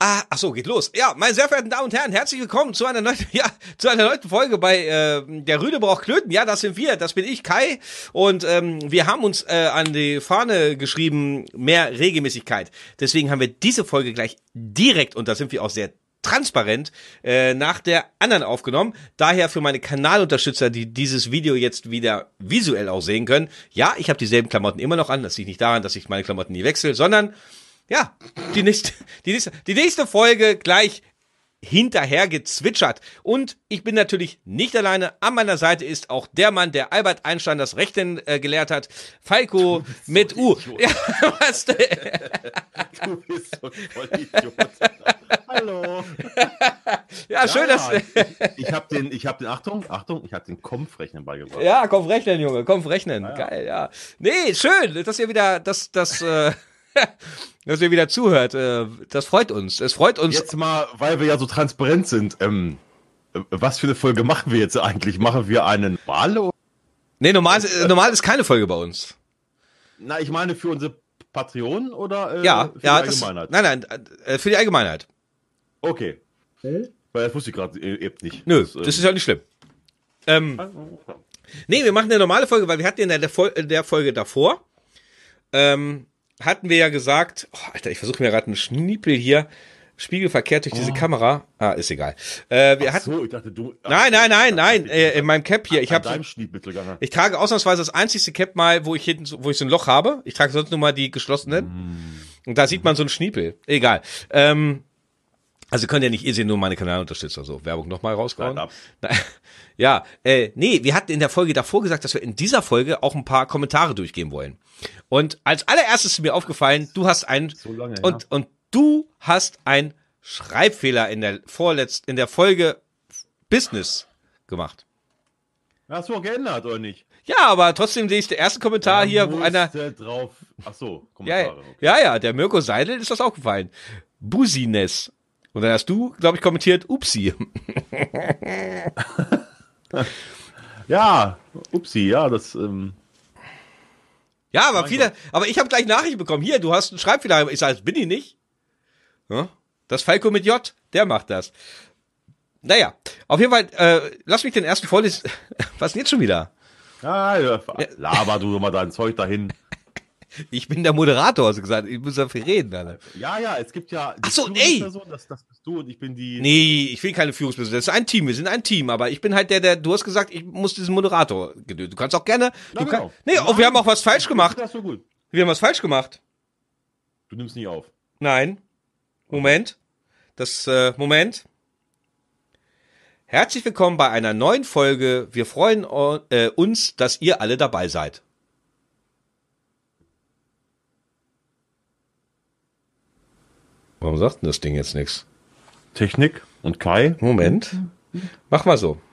Ach so, geht los. Ja, meine sehr verehrten Damen und Herren, herzlich willkommen zu einer neuen Folge bei der Rüde braucht Klöten. Ja, das sind wir, das bin ich, Kai. Und wir haben uns an die Fahne geschrieben, mehr Regelmäßigkeit. Deswegen haben wir diese Folge gleich direkt, und da sind wir auch sehr transparent, nach der anderen aufgenommen. Daher für meine Kanalunterstützer, die dieses Video jetzt wieder visuell auch sehen können. Ja, ich habe dieselben Klamotten immer noch an. Das liegt nicht daran, dass ich meine Klamotten nie wechsle, sondern ja, die nächste Folge gleich hinterher gezwitschert. Und ich bin natürlich nicht alleine. An meiner Seite ist auch der Mann, der Albert Einstein das Rechnen gelehrt hat. Falco mit U. Ja, was du bist so voll Idiot. Hallo. Ja, schön, dass... Ich hab den, Achtung, ich hab den Kopfrechnen beigebracht. Ja, Kopfrechnen, Junge, Kopfrechnen. Ja. Geil, ja. Nee, schön, dass ihr wieder, dass ihr wieder zuhört. Das freut uns. Es freut uns. Jetzt mal, weil wir ja so transparent sind, was für eine Folge machen wir jetzt eigentlich? Machen wir eine normale? Nee, normal ist keine Folge bei uns. Na, ich meine für unsere Patreon oder für die Allgemeinheit? Nein, für die Allgemeinheit. Okay. Weil das wusste ich gerade eben nicht. Nö, das ist ja nicht schlimm. Nee, wir machen eine normale Folge, weil wir hatten in der Folge davor, hatten wir ja gesagt, Alter, ich versuche mir gerade einen Schniepel hier, spiegelverkehrt durch diese Kamera. Ist egal. Ich dachte du. Nein, in meinem Cap hier. Ich trage ausnahmsweise das einzigste Cap mal, wo ich so ein Loch habe. Ich trage sonst nur mal die geschlossenen. Und da sieht man so einen Schniepel. Egal. Also könnt ihr nicht, ihr seht nur meine Kanalunterstützer, so Werbung nochmal rausgehauen. Ja, nee, wir hatten in der Folge davor gesagt, dass wir in dieser Folge auch ein paar Kommentare durchgehen wollen. Und als allererstes ist mir aufgefallen, du hast einen und du hast einen Schreibfehler in der Folge Business gemacht. Hast du auch geändert, oder nicht? Ja, aber trotzdem sehe ich der erste Kommentar hier, wo einer drauf. Ach so, Kommentare. Ja, der Mirko Seidel ist das aufgefallen. Busines. Und dann hast du, glaube ich, kommentiert, Upsi. Ja, Upsi, ja, das. Ja, aber ich habe gleich Nachrichten bekommen. Hier, du hast einen Schreibfehler. Ich sage, das bin ich nicht. Ja? Das Falco mit J, der macht das. Naja, auf jeden Fall, lass mich den ersten vorlesen. Was denn jetzt schon wieder? Laber du mal dein Zeug dahin. Ich bin der Moderator, hast du gesagt. Ich muss dafür reden, Alter. Ja, es gibt ja... Ach so, ey! Das bist du und ich bin die... Nee, ich will keine Führungsperson. Das ist ein Team, wir sind ein Team. Aber ich bin halt du hast gesagt, ich muss diesen Moderator gedöden. Du kannst auch gerne... wir haben auch was falsch gemacht. Das ist so gut. Wir haben was falsch gemacht. Du nimmst nie auf. Nein. Moment. Moment. Herzlich willkommen bei einer neuen Folge. Wir freuen uns, dass ihr alle dabei seid. Warum sagt denn das Ding jetzt nichts? Technik und Kai. Moment. Mach mal so.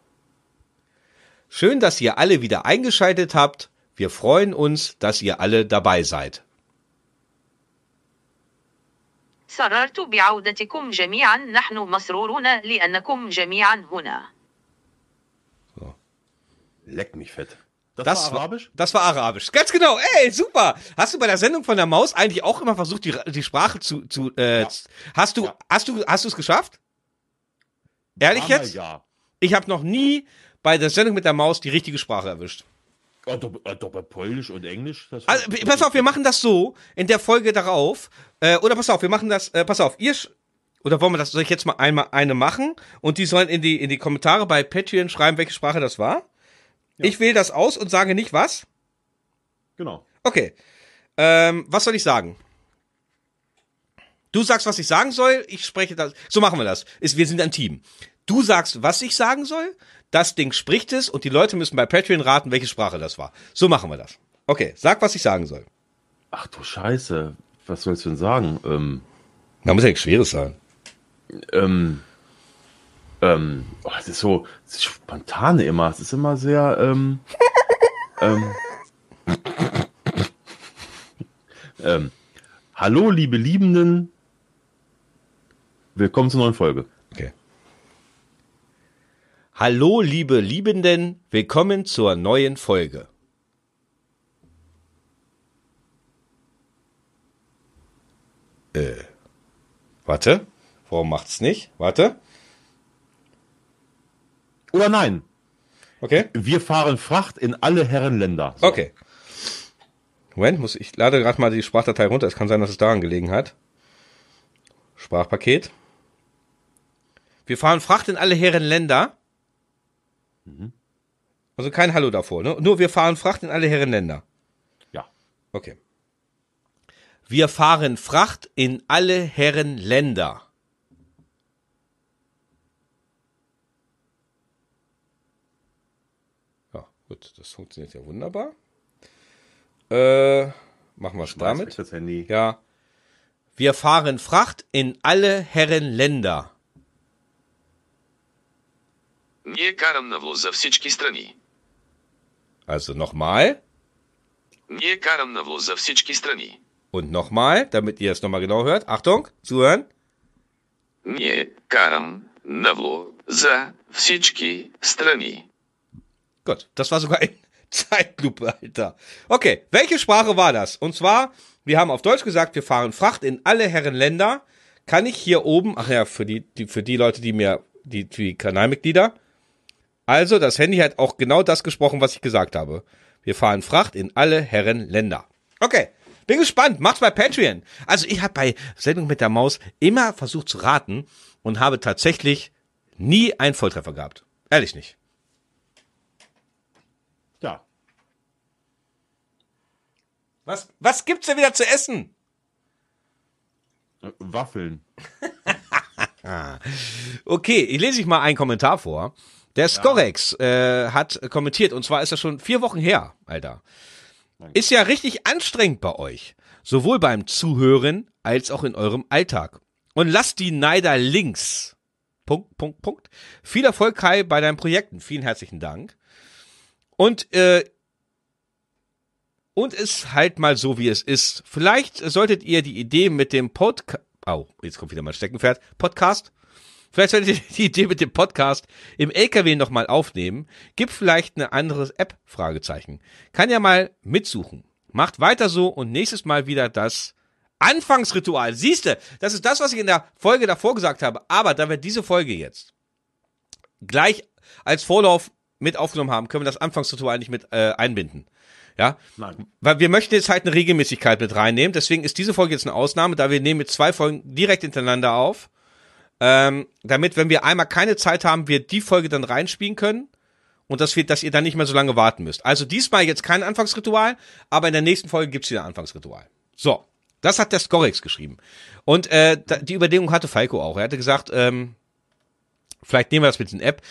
Schön, dass ihr alle wieder eingeschaltet habt. Wir freuen uns, dass ihr alle dabei seid. سررت بعودتكم جميعا. نحن مسرورون لأنكم جميعا هنا. So. Leck mich fett. Das war Arabisch? Das war Arabisch. Ganz genau. Ey, super. Hast du bei der Sendung von der Maus eigentlich auch immer versucht, die Sprache Ja. Hast du es geschafft? Ehrlich jetzt? Ja. Ich habe noch nie bei der Sendung mit der Maus die richtige Sprache erwischt. Doch bei Polnisch und Englisch. Also, pass auf, wir machen das so in der Folge darauf. Oder pass auf, wir machen das. Pass auf, oder wollen wir das? Soll ich jetzt mal eine machen und die sollen in die Kommentare bei Patreon schreiben, welche Sprache das war? Ja. Ich wähle das aus und sage nicht was. Genau. Okay. Was soll ich sagen? Du sagst, was ich sagen soll. Ich spreche das. So machen wir das. Wir sind ein Team. Du sagst, was ich sagen soll. Das Ding spricht es und die Leute müssen bei Patreon raten, welche Sprache das war. So machen wir das. Okay, sag, was ich sagen soll. Ach du Scheiße. Was sollst du denn sagen? Da muss ja nichts Schweres sein. Es ist so, es ist spontan immer. Es ist immer sehr, hallo, liebe Liebenden. Willkommen zur neuen Folge. Okay. Hallo, liebe Liebenden. Willkommen zur neuen Folge. Warte. Warum macht's nicht? Warte. Oder nein. Okay. Wir fahren Fracht in alle Herrenländer. So. Okay. Moment, ich lade gerade mal die Sprachdatei runter. Es kann sein, dass es daran gelegen hat. Sprachpaket. Wir fahren Fracht in alle Herrenländer. Also kein Hallo davor, ne? Nur wir fahren Fracht in alle Herrenländer. Ja. Okay. Wir fahren Fracht in alle Herrenländer. Ja, gut, das funktioniert ja wunderbar. Machen wir es damit. Das Handy. Ja. Wir fahren Fracht in alle Herrenländer. Ние карам навло за всички страни. Also nochmal Ние карам навло за всички страни. und nochmal, damit ihr es nochmal genau hört. Achtung, zuhören. Ние карам навло за всички страни. Gut, das war sogar in Zeitlupe, Alter. Okay, welche Sprache war das? Und zwar, wir haben auf Deutsch gesagt, wir fahren Fracht in alle Herrenländer. Kann ich hier oben, ach ja, für die Leute, die Kanalmitglieder. Also, das Handy hat auch genau das gesprochen, was ich gesagt habe. Wir fahren Fracht in alle Herrenländer. Okay, bin gespannt. Macht's bei Patreon. Also, ich habe bei Sendung mit der Maus immer versucht zu raten und habe tatsächlich nie einen Volltreffer gehabt. Ehrlich nicht. Ja. Was gibt's denn wieder zu essen? Waffeln. Okay, ich lese ich mal einen Kommentar vor. Der Scorex hat kommentiert, und zwar ist das schon 4 Wochen her, Alter. Ist ja richtig anstrengend bei euch. Sowohl beim Zuhören als auch in eurem Alltag. Und lasst die Neider links. Punkt. Viel Erfolg, Kai, bei deinen Projekten. Vielen herzlichen Dank. Und ist halt mal so, wie es ist. Vielleicht solltet ihr die Idee mit dem jetzt kommt wieder mein Steckenpferd. Podcast. Vielleicht solltet ihr die Idee mit dem Podcast im LKW nochmal aufnehmen. Gibt vielleicht eine andere App? Fragezeichen. Kann ja mal mitsuchen. Macht weiter so und nächstes Mal wieder das Anfangsritual. Siehste, das ist das, was ich in der Folge davor gesagt habe. Aber da wir diese Folge jetzt gleich als Vorlauf mit aufgenommen haben, können wir das Anfangsritual nicht mit einbinden. Ja, Nein. weil wir möchten jetzt halt eine Regelmäßigkeit mit reinnehmen. Deswegen ist diese Folge jetzt eine Ausnahme, da wir nehmen mit 2 Folgen direkt hintereinander auf. Damit, wenn wir einmal keine Zeit haben, wir die Folge dann reinspielen können und dass ihr dann nicht mehr so lange warten müsst. Also diesmal jetzt kein Anfangsritual, aber in der nächsten Folge gibt's wieder ein Anfangsritual. So, das hat der Scorex geschrieben. Und die Überlegung hatte Falco auch. Er hatte gesagt, vielleicht nehmen wir das mit den App.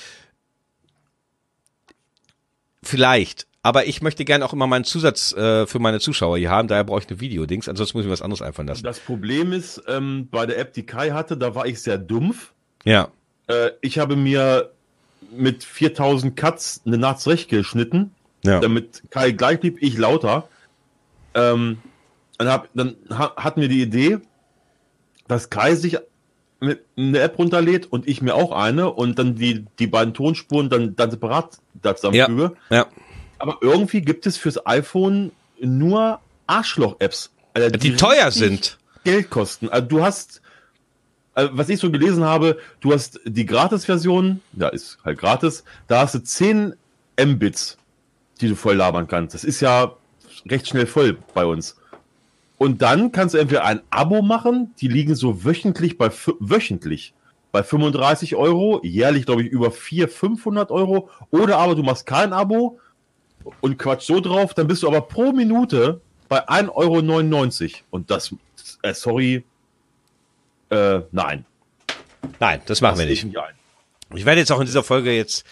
Vielleicht. Aber ich möchte gerne auch immer meinen Zusatz für meine Zuschauer hier haben, daher brauche ich eine Videodings, ansonsten muss ich mir was anderes einfallen lassen. Das Problem ist, bei der App, die Kai hatte, da war ich sehr dumpf. Ja. Ich habe mir mit 4000 Cuts eine Naht zurechtgeschnitten, damit Kai gleich blieb, ich lauter. Dann hatten wir die Idee, dass Kai sich eine App runterlädt und ich mir auch eine und dann die beiden Tonspuren dann separat da zusammenfüge. Ja. Aber irgendwie gibt es fürs iPhone nur Arschloch-Apps. Also die teuer sind. Geld kosten. Also du hast, was ich so gelesen habe, du hast die Gratis-Version, ja, ist halt gratis, da hast du 10 Mbits, die du voll labern kannst. Das ist ja recht schnell voll bei uns. Und dann kannst du entweder ein Abo machen, die liegen so wöchentlich bei 35 €, jährlich glaube ich über 400-500 €, oder aber du machst kein Abo und quatsch so drauf, dann bist du aber pro Minute bei 1,99 €. Und das, sorry, nein. Nein, das machen wir nicht. Ich werde jetzt auch in dieser Folge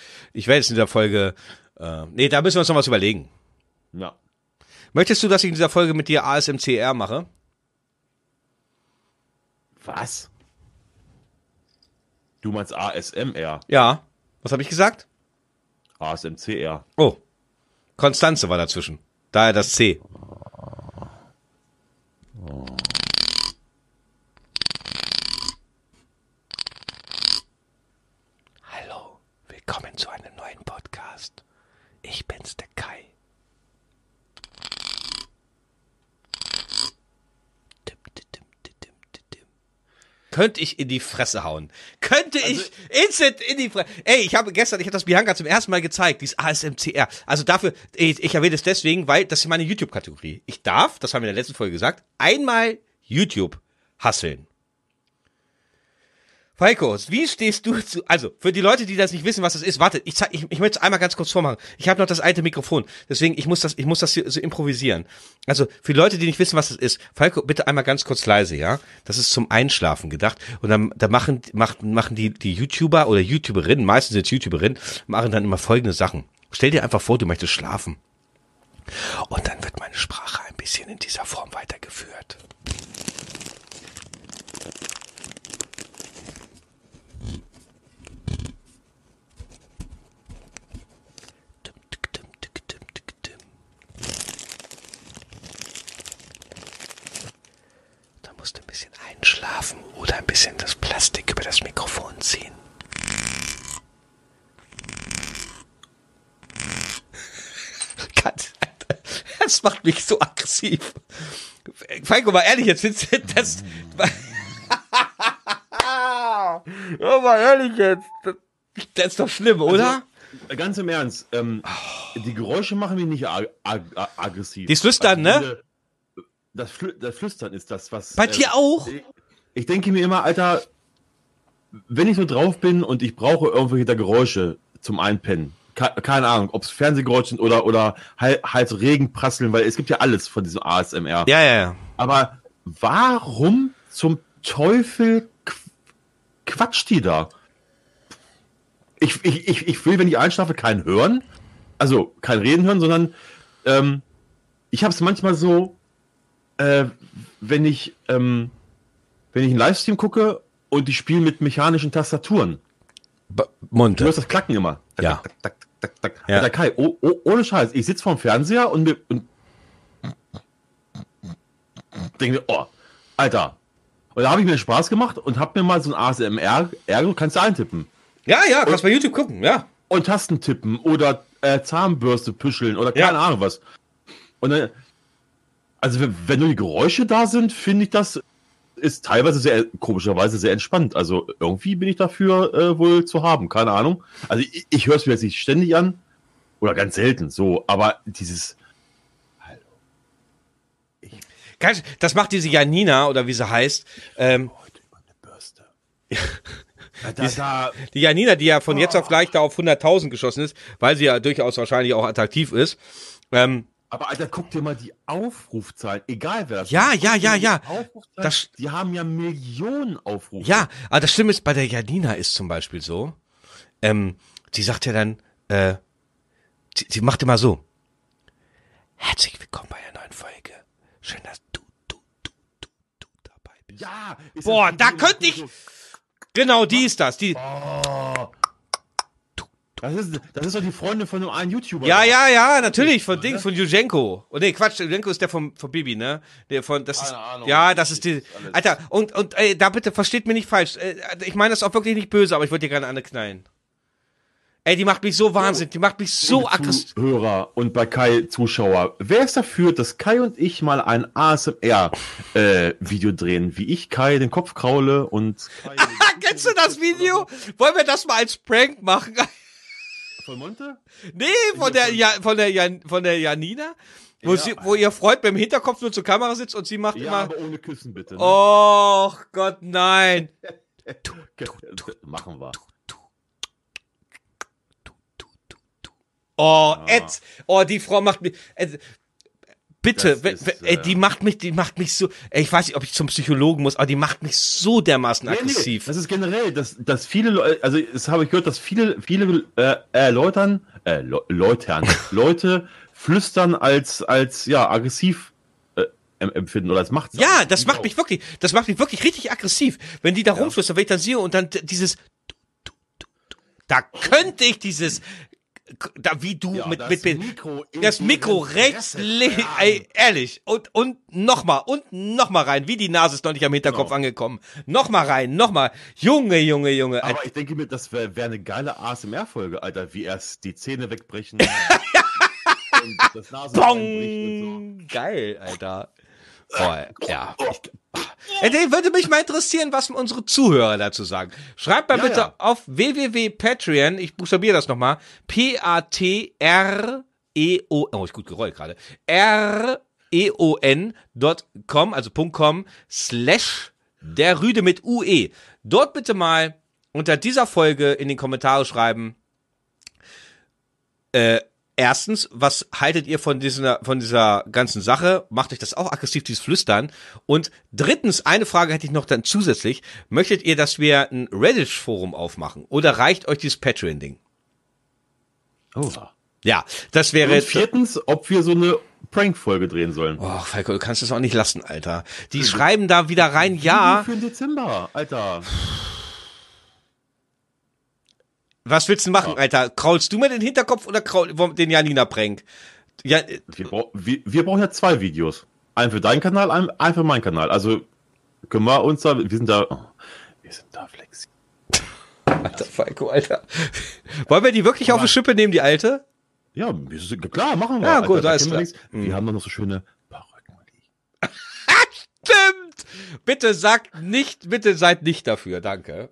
nee, da müssen wir uns noch was überlegen. Ja. Möchtest du, dass ich in dieser Folge mit dir ASMCR mache? Was? Du meinst ASMR? Ja. Was habe ich gesagt? ASMCR. Oh. Konstanze war dazwischen. Daher das C. Hallo, willkommen zu einem neuen Podcast. Ich bin's, der Kai. könnte ich in die Fresse hauen. Könnte ich instant in die Fresse. Ey, ich habe das Bianca zum ersten Mal gezeigt, dieses ASMCR. Also dafür, ich erwähne es deswegen, weil das ist meine YouTube-Kategorie. Ich darf, das haben wir in der letzten Folge gesagt, einmal YouTube hasseln. Falco, wie stehst du zu, also, für die Leute, die das nicht wissen, was das ist, warte, ich möchte es einmal ganz kurz vormachen. Ich habe noch das alte Mikrofon, deswegen, ich muss das hier so improvisieren. Also, für die Leute, die nicht wissen, was das ist, Falco, bitte einmal ganz kurz leise, ja? Das ist zum Einschlafen gedacht. Und dann, da machen die YouTuber oder YouTuberinnen, meistens jetzt YouTuberinnen, machen dann immer folgende Sachen. Stell dir einfach vor, du möchtest schlafen. Und dann wird meine Sprache ein bisschen in dieser Form weitergeführt. Musst ein bisschen einschlafen oder ein bisschen das Plastik über das Mikrofon ziehen. Das macht mich so aggressiv. Falco, mal ehrlich, jetzt findest du das... Oh, mal ehrlich jetzt. Das ist doch schlimm, oder? Also, ganz im Ernst, die Geräusche machen mich nicht aggressiv. Die Flüstern, ne? Das Flüstern ist das, was... Bei dir auch? Ich denke mir immer, Alter, wenn ich so drauf bin und ich brauche irgendwelche der Geräusche zum Einpennen, keine Ahnung, ob es Fernsehgeräusche sind oder halt so Regenprasseln, weil es gibt ja alles von diesem ASMR. Ja. Aber warum zum Teufel quatscht die da? Ich will, wenn ich einschlafe, kein Hören, also kein Reden hören, sondern ich habe es manchmal so, wenn ich einen Livestream gucke und die spielen mit mechanischen Tastaturen. Monte. Du hörst das Klacken immer. Ja. Tak, tak, tak. Ja. Alter Kai, ohne Scheiß, ich sitze vorm Fernseher und denke mir, oh, Alter. Und da habe ich mir Spaß gemacht und habe mir mal so ein ASMR, kannst du eintippen. Ja, kannst bei YouTube gucken, ja. Und Tasten tippen oder Zahnbürste püscheln oder keine Ahnung was. Und dann, also wenn nur die Geräusche da sind, finde ich, das ist teilweise komischerweise sehr entspannt. Also irgendwie bin ich dafür wohl zu haben, keine Ahnung. Also ich höre es mir jetzt nicht ständig an oder ganz selten so, aber dieses... Das macht diese Janina, oder wie sie heißt. Heute über eine Bürste. Die Janina, die ja von jetzt auf gleich da auf 100.000 geschossen ist, weil sie ja durchaus wahrscheinlich auch attraktiv ist. Aber Alter, guck dir mal die Aufrufzahlen, egal wer das Ja. Die haben ja Millionen Aufrufe. Ja, aber das Schlimme ist, bei der Janina ist zum Beispiel so, sie sagt ja dann, sie macht immer so, herzlich willkommen bei einer neuen Folge. Schön, dass du dabei bist. Ja. Boah, da könnte ich... Genau, die ist das. Die. Oh. Das ist doch die Freundin von einem einen YouTuber. Ja, natürlich, von Dings, von Jujenko. Oh, nee, Quatsch, Jujenko ist der von Bibi, ne? Keine Ahnung. Ja, das ist die. Alter, und da bitte, versteht mich nicht falsch. Ich meine das auch wirklich nicht böse, aber ich würde dir gerne eine knallen. Ey, die macht mich so wahnsinnig, die macht mich so aggressiv. Hörer und bei Kai Zuschauer, wer ist dafür, dass Kai und ich mal ein ASMR-Video drehen, wie ich Kai den Kopf kraule und Kai Kennst du das Video? Wollen wir das mal als Prank machen? Von Monte? Nee, von der Janina, wo ihr Freund beim Hinterkopf nur zur Kamera sitzt und sie macht immer... aber ohne Küssen bitte. Ne? Oh Gott, nein. Machen wir. Die Frau macht mich... Bitte, die macht mich so, ich weiß nicht, ob ich zum Psychologen muss, aber die macht mich so dermaßen aggressiv. Nee, das ist generell, dass viele Leute, also das habe ich gehört, dass viele Leute flüstern als aggressiv empfinden oder als Machtsam. Ja, das macht mich wirklich richtig aggressiv, wenn die da rumflüstern, wenn ich dann sehe und dann dieses, da könnte ich dieses, da wie du mit das Mikro rechts, ey, ehrlich, und nochmal rein, wie die Nase ist noch nicht am Hinterkopf angekommen. Nochmal rein, Junge. Aber ich denke mir, das wäre eine geile ASMR-Folge, Alter, wie erst die Zähne wegbrechen und das Nasenbein bricht und so. Geil, Alter. Ja. Würde mich mal interessieren, was unsere Zuhörer dazu sagen. Schreibt mal bitte auf www.patreon, ich buchstabiere das nochmal, P-A-T-R-E-O, oh, ich gut gerollt gerade, R-E-O-N.com, also .com, / der Rüde mit UE. Dort bitte mal unter dieser Folge in den Kommentare schreiben, erstens, was haltet ihr von dieser ganzen Sache? Macht euch das auch aggressiv, dieses Flüstern? Und drittens, eine Frage hätte ich noch dann zusätzlich. Möchtet ihr, dass wir ein Reddit-Forum aufmachen? Oder reicht euch dieses Patreon-Ding? Oh. Ja, das wäre... Und viertens, ob wir so eine Prank-Folge drehen sollen. Oh, Falco, du kannst das auch nicht lassen, Alter. Die schreiben da wieder rein, ja. Für den Dezember, Alter. Was willst du machen, Alter? Kraulst du mir den Hinterkopf oder den Janina-Prank? Ja, wir brauchen ja 2 Videos. Einen für deinen Kanal, einen für meinen Kanal. Also können wir uns da, wir sind da flexibel. Alter, Falco, Alter. Wollen wir die wirklich auf die Schippe nehmen, die alte? Ja, klar, machen wir. Ja, gut, alles klar. Wir haben doch noch so schöne Perücken. Stimmt! Bitte seid nicht dafür, danke.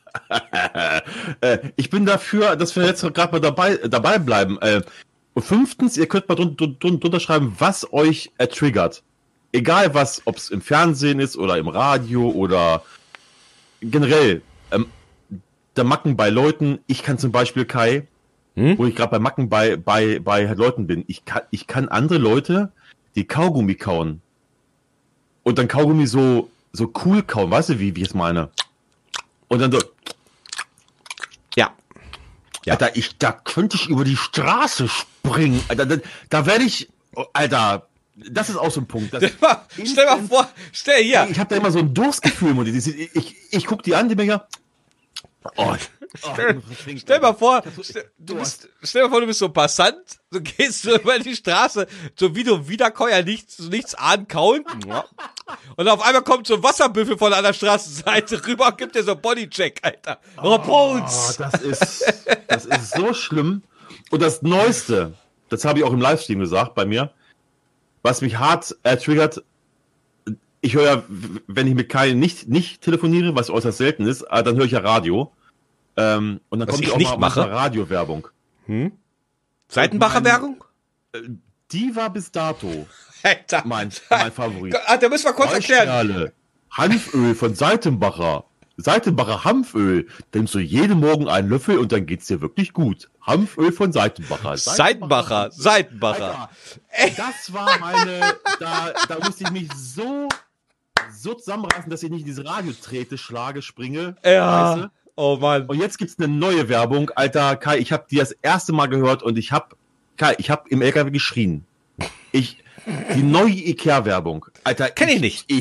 Ich bin dafür, dass wir jetzt gerade mal dabei bleiben. Und 5. Ihr könnt mal drunter schreiben, was euch triggert. Egal was, ob es im Fernsehen ist oder im Radio oder generell. Der Macken bei Leuten. Ich kann zum Beispiel Kai, wo ich gerade bei Macken bei Leuten bin. Ich kann andere Leute, die Kaugummi kauen und dann Kaugummi so cool kauen. Weißt du, wie ich es meine? Und dann so. Ja. Alter, da könnte ich über die Straße springen. Alter, da werde ich. Alter, das ist auch so ein Punkt. Stell mal vor, hier. Ich habe da immer so ein Durstgefühl, Mutti. Ich guck die an, die mir ja. Stell mal vor, du bist so ein Passant, du gehst so über die Straße, so wie du Wiederkäuer nichts ahnen kauen. Und auf einmal kommt so ein Wasserbüffel von der anderen Straßenseite rüber und gibt dir so einen Bodycheck, Alter. Das ist so schlimm. Und das Neueste, das habe ich auch im Livestream gesagt bei mir, was mich hart triggert, ich höre ja, wenn ich mit Kai nicht telefoniere, was äußerst selten ist, dann höre ich ja Radio. Und dann kommt auch mal Radio-Werbung. Seitenbacher Werbung? Die war bis dato Alter. mein Favorit. Da müssen wir kurz erklären. Hanföl von Seitenbacher. Seitenbacher Hanföl. Da nimmst du jeden Morgen einen Löffel und dann geht's dir wirklich gut. Hanföl von Seitenbacher. Seitenbacher. Alter, das war da musste ich mich so zusammenreißen, dass ich nicht in diese Radiotrete springe. Ja. Weißt du? Oh Mann. Und jetzt gibt's eine neue Werbung. Alter, Kai, ich habe die das erste Mal gehört und ich habe im LKW geschrien. Die neue Ikea-Werbung. Alter, kenn ich nicht.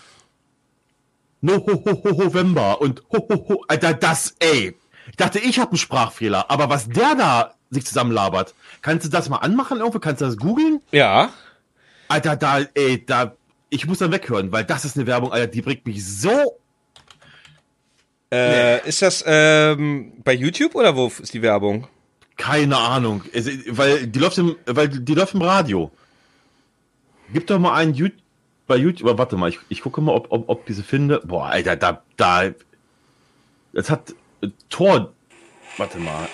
November und Alter, ich dachte, ich habe einen Sprachfehler, aber was der da sich zusammenlabert, kannst du das mal anmachen irgendwo? Kannst du das googeln? Ja. Alter, ich muss dann weghören, weil das ist eine Werbung, Alter, die bringt mich so. Ist das bei YouTube oder wo ist die Werbung? Keine Ahnung, weil die läuft im Radio. Gib doch mal einen bei YouTube, warte mal, ich gucke mal, ob ich diese finde. Boah, Alter, das hat Tor. Warte mal,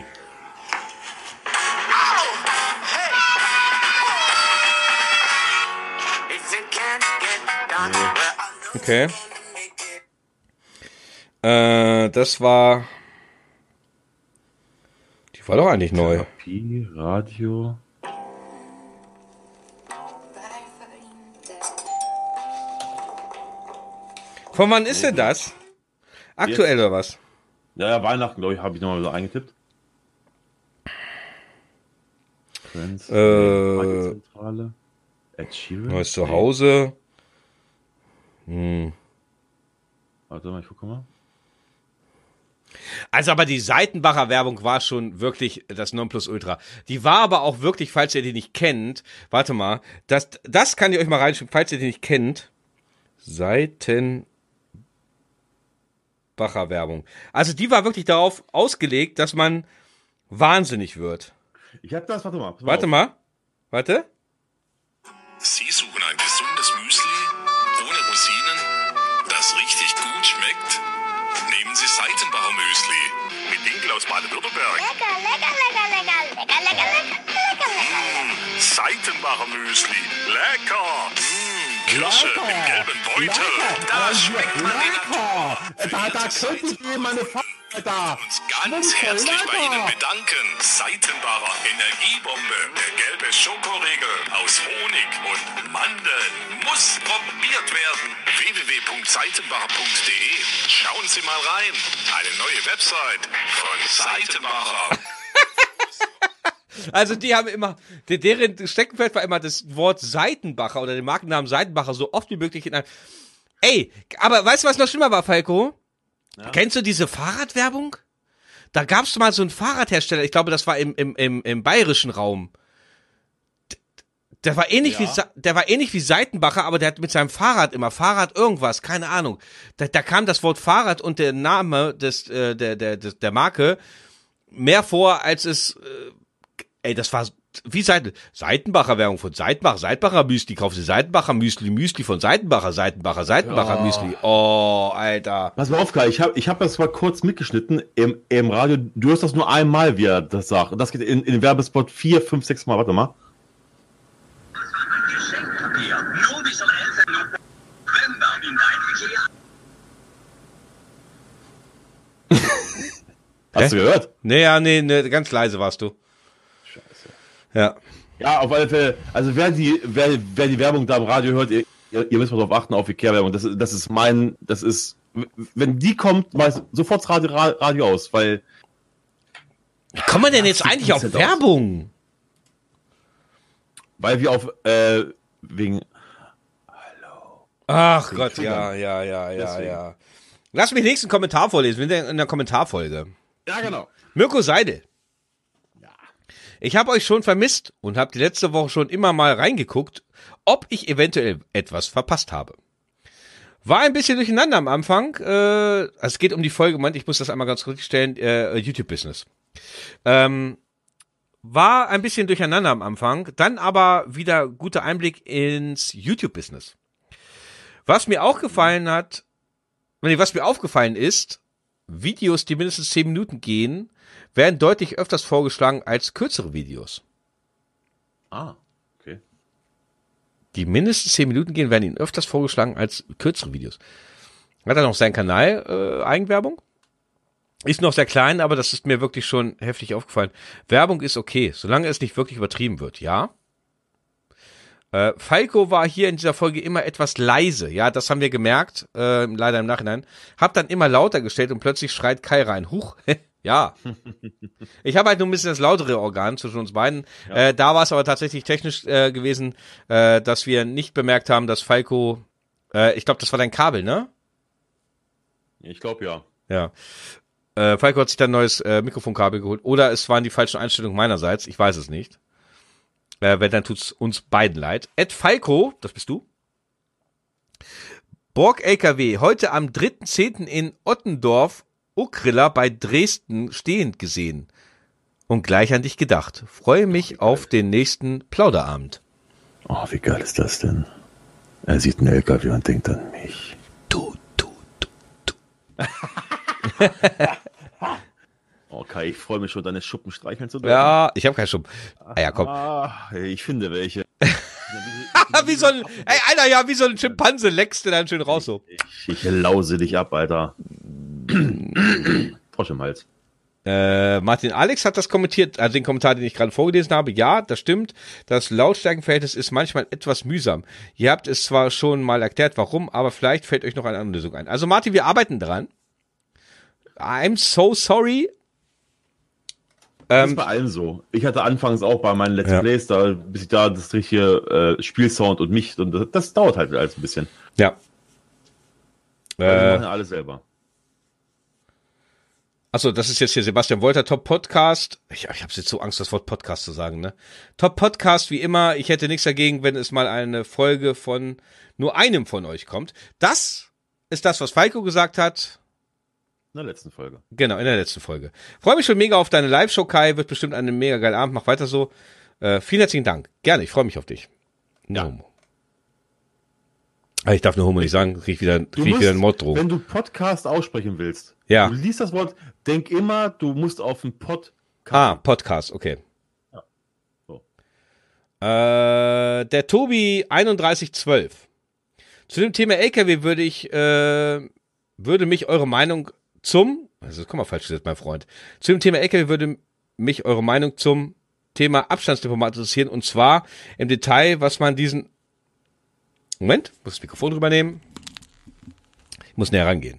Okay. Das war. Die war doch eigentlich neu. Therapie, Radio. Von wann ist denn das? Aktuell oder was? Ja, Weihnachten, glaube ich, habe ich nochmal so eingetippt. Friends, Zentrale. Ed Sheeran. Neues Zuhause. Warte mal, ich gucke mal. Also aber die Seitenbacher Werbung war schon wirklich das Nonplusultra. Die war aber auch wirklich, falls ihr die nicht kennt, warte mal, das kann ich euch mal reinschreiben, falls ihr die nicht kennt. Seitenbacher Werbung. Also die war wirklich darauf ausgelegt, dass man wahnsinnig wird. Ich hab das, warte mal. Warte. Sie suchen ein gesundes Müsli? Schmeckt? Nehmen Sie Seitenbacher Müsli mit Dinkel aus Baden-Württemberg. Lecker, lecker, lecker, lecker, lecker, lecker, lecker, lecker, lecker. Seitenbacher Müsli. Lecker. Kirsche im gelben Beutel. Da schmeckt man die Natur. Da könnte ich meine da. Uns ganz herzlich bei Ihnen bedanken. Seitenbacher Energiebombe. Der gelbe Schokoriegel aus Honig und Mandeln muss probiert werden. www.seitenbacher.de. Schauen Sie mal rein. Eine neue Website von Seitenbacher. Also die haben immer, deren Steckenpferd war immer das Wort Seitenbacher oder den Markennamen Seitenbacher so oft wie möglich in einem. Ey, aber weißt du, was noch schlimmer war, Falco? Ja. Kennst du diese Fahrradwerbung? Da gab's mal so einen Fahrradhersteller, ich glaube, das war im bayerischen Raum. Der war ähnlich wie Seitenbacher, aber der hat mit seinem Fahrrad immer Fahrrad irgendwas, keine Ahnung. Da kam das Wort Fahrrad und der Name der Marke mehr vor, als es das war wie Seitenbacher Werbung von Seitenbacher Müsli, kauf sie Seitenbacher Müsli von Seitenbacher Müsli. Oh, Alter. Pass mal auf, Kai, ich hab das mal kurz mitgeschnitten im Radio. Du hörst das nur einmal, wie er das sagt. Und das geht in den Werbespot 4, 5, 6 Mal. Warte mal. Hast du gehört? Nee, ganz leise warst du. Scheiße. Ja. Ja, auf alle Fälle. Also wer die Werbung da im Radio hört, ihr müsst mal drauf achten, auf Ikea-Werbung. Das ist, wenn die kommt, mach ich sofort das Radio aus, weil. Wie kommt man denn jetzt eigentlich auf Werbung? Weil wir wegen. Hallo. Ach Gott, ja. Lass mich nächsten Kommentar vorlesen. Wir sind in der Kommentarfolge. Ja, genau. Mirko Seidel. Ich habe euch schon vermisst und habe die letzte Woche schon immer mal reingeguckt, ob ich eventuell etwas verpasst habe. War ein bisschen durcheinander am Anfang. Es geht um die Folge, Moment, ich muss das einmal ganz richtig stellen, YouTube-Business. War ein bisschen durcheinander am Anfang, dann aber wieder guter Einblick ins YouTube-Business. Was mir aufgefallen ist, Videos, die mindestens 10 Minuten gehen, werden deutlich öfters vorgeschlagen als kürzere Videos. Ah, okay. Die mindestens 10 Minuten gehen, werden ihnen öfters vorgeschlagen als kürzere Videos. Hat er noch seinen Kanal, Eigenwerbung? Ist noch sehr klein, aber das ist mir wirklich schon heftig aufgefallen. Werbung ist okay, solange es nicht wirklich übertrieben wird, ja. Falco war hier in dieser Folge immer etwas leise, ja, das haben wir gemerkt, leider im Nachhinein. Hab dann immer lauter gestellt und plötzlich schreit Kai rein. Huch, ja. Ich habe halt nur ein bisschen das lautere Organ zwischen uns beiden. Ja. Da war es aber tatsächlich technisch gewesen, dass wir nicht bemerkt haben, dass Falco, ich glaube, das war dein Kabel, ne? Ich glaube, ja. Ja. Falco hat sich dann ein neues Mikrofonkabel geholt. Oder es waren die falschen Einstellungen meinerseits. Ich weiß es nicht. Wenn, dann tut's uns beiden leid. Ed Falco, das bist du. Borg LKW, heute am 3.10. in Ottendorf, Ukrilla bei Dresden stehend gesehen. Und gleich an dich gedacht. Freue mich auf den nächsten Plauderabend. Oh, wie geil ist das denn? Er sieht einen LKW und denkt an mich. Du. Okay, ich freue mich schon, deine Schuppen streicheln zu dürfen. Ja, ich habe keinen Schuppen. Ja, komm. Ich finde welche. wie so ein Schimpanse leckst du dann schön raus so. Ich lause dich ab, Alter. Frosch im Hals. Martin Alex hat das kommentiert, also den Kommentar, den ich gerade vorgelesen habe. Ja, das stimmt. Das Lautstärkenverhältnis ist manchmal etwas mühsam. Ihr habt es zwar schon mal erklärt, warum, aber vielleicht fällt euch noch eine andere Lösung ein. Also Martin, wir arbeiten dran. I'm so sorry. Das ist bei allen so. Ich hatte anfangs auch bei meinen Let's Plays, bis ich da das richtige Spielsound und mich, und das dauert halt alles ein bisschen. Ja. Wir machen ja alles selber. Achso, das ist jetzt hier Sebastian Wolter, Top Podcast. Ich habe jetzt so Angst, das Wort Podcast zu sagen, ne? Top Podcast, wie immer. Ich hätte nichts dagegen, wenn es mal eine Folge von nur einem von euch kommt. Das ist das, was Falco gesagt hat. In der letzten Folge. Genau, in der letzten Folge. Freue mich schon mega auf deine Live-Show, Kai. Wird bestimmt ein mega geiler Abend. Mach weiter so. Vielen herzlichen Dank. Gerne, ich freue mich auf dich. Ja. No. Ich darf nur Homo nicht sagen, krieg ich wieder einen Morddrohung. Wenn du Podcast aussprechen willst, Ja. du liest das Wort, denk immer, du musst auf den Podcast, okay. Ja. So. Der Tobi 3112. Zu dem Thema LKW würde mich eure Meinung das kommt mal falsch gesetzt, mein Freund. Zu dem Thema LKW würde mich eure Meinung zum Thema Abstandstempomat interessieren, und zwar im Detail, was man diesen... Moment, muss das Mikrofon drüber nehmen. Ich muss näher rangehen.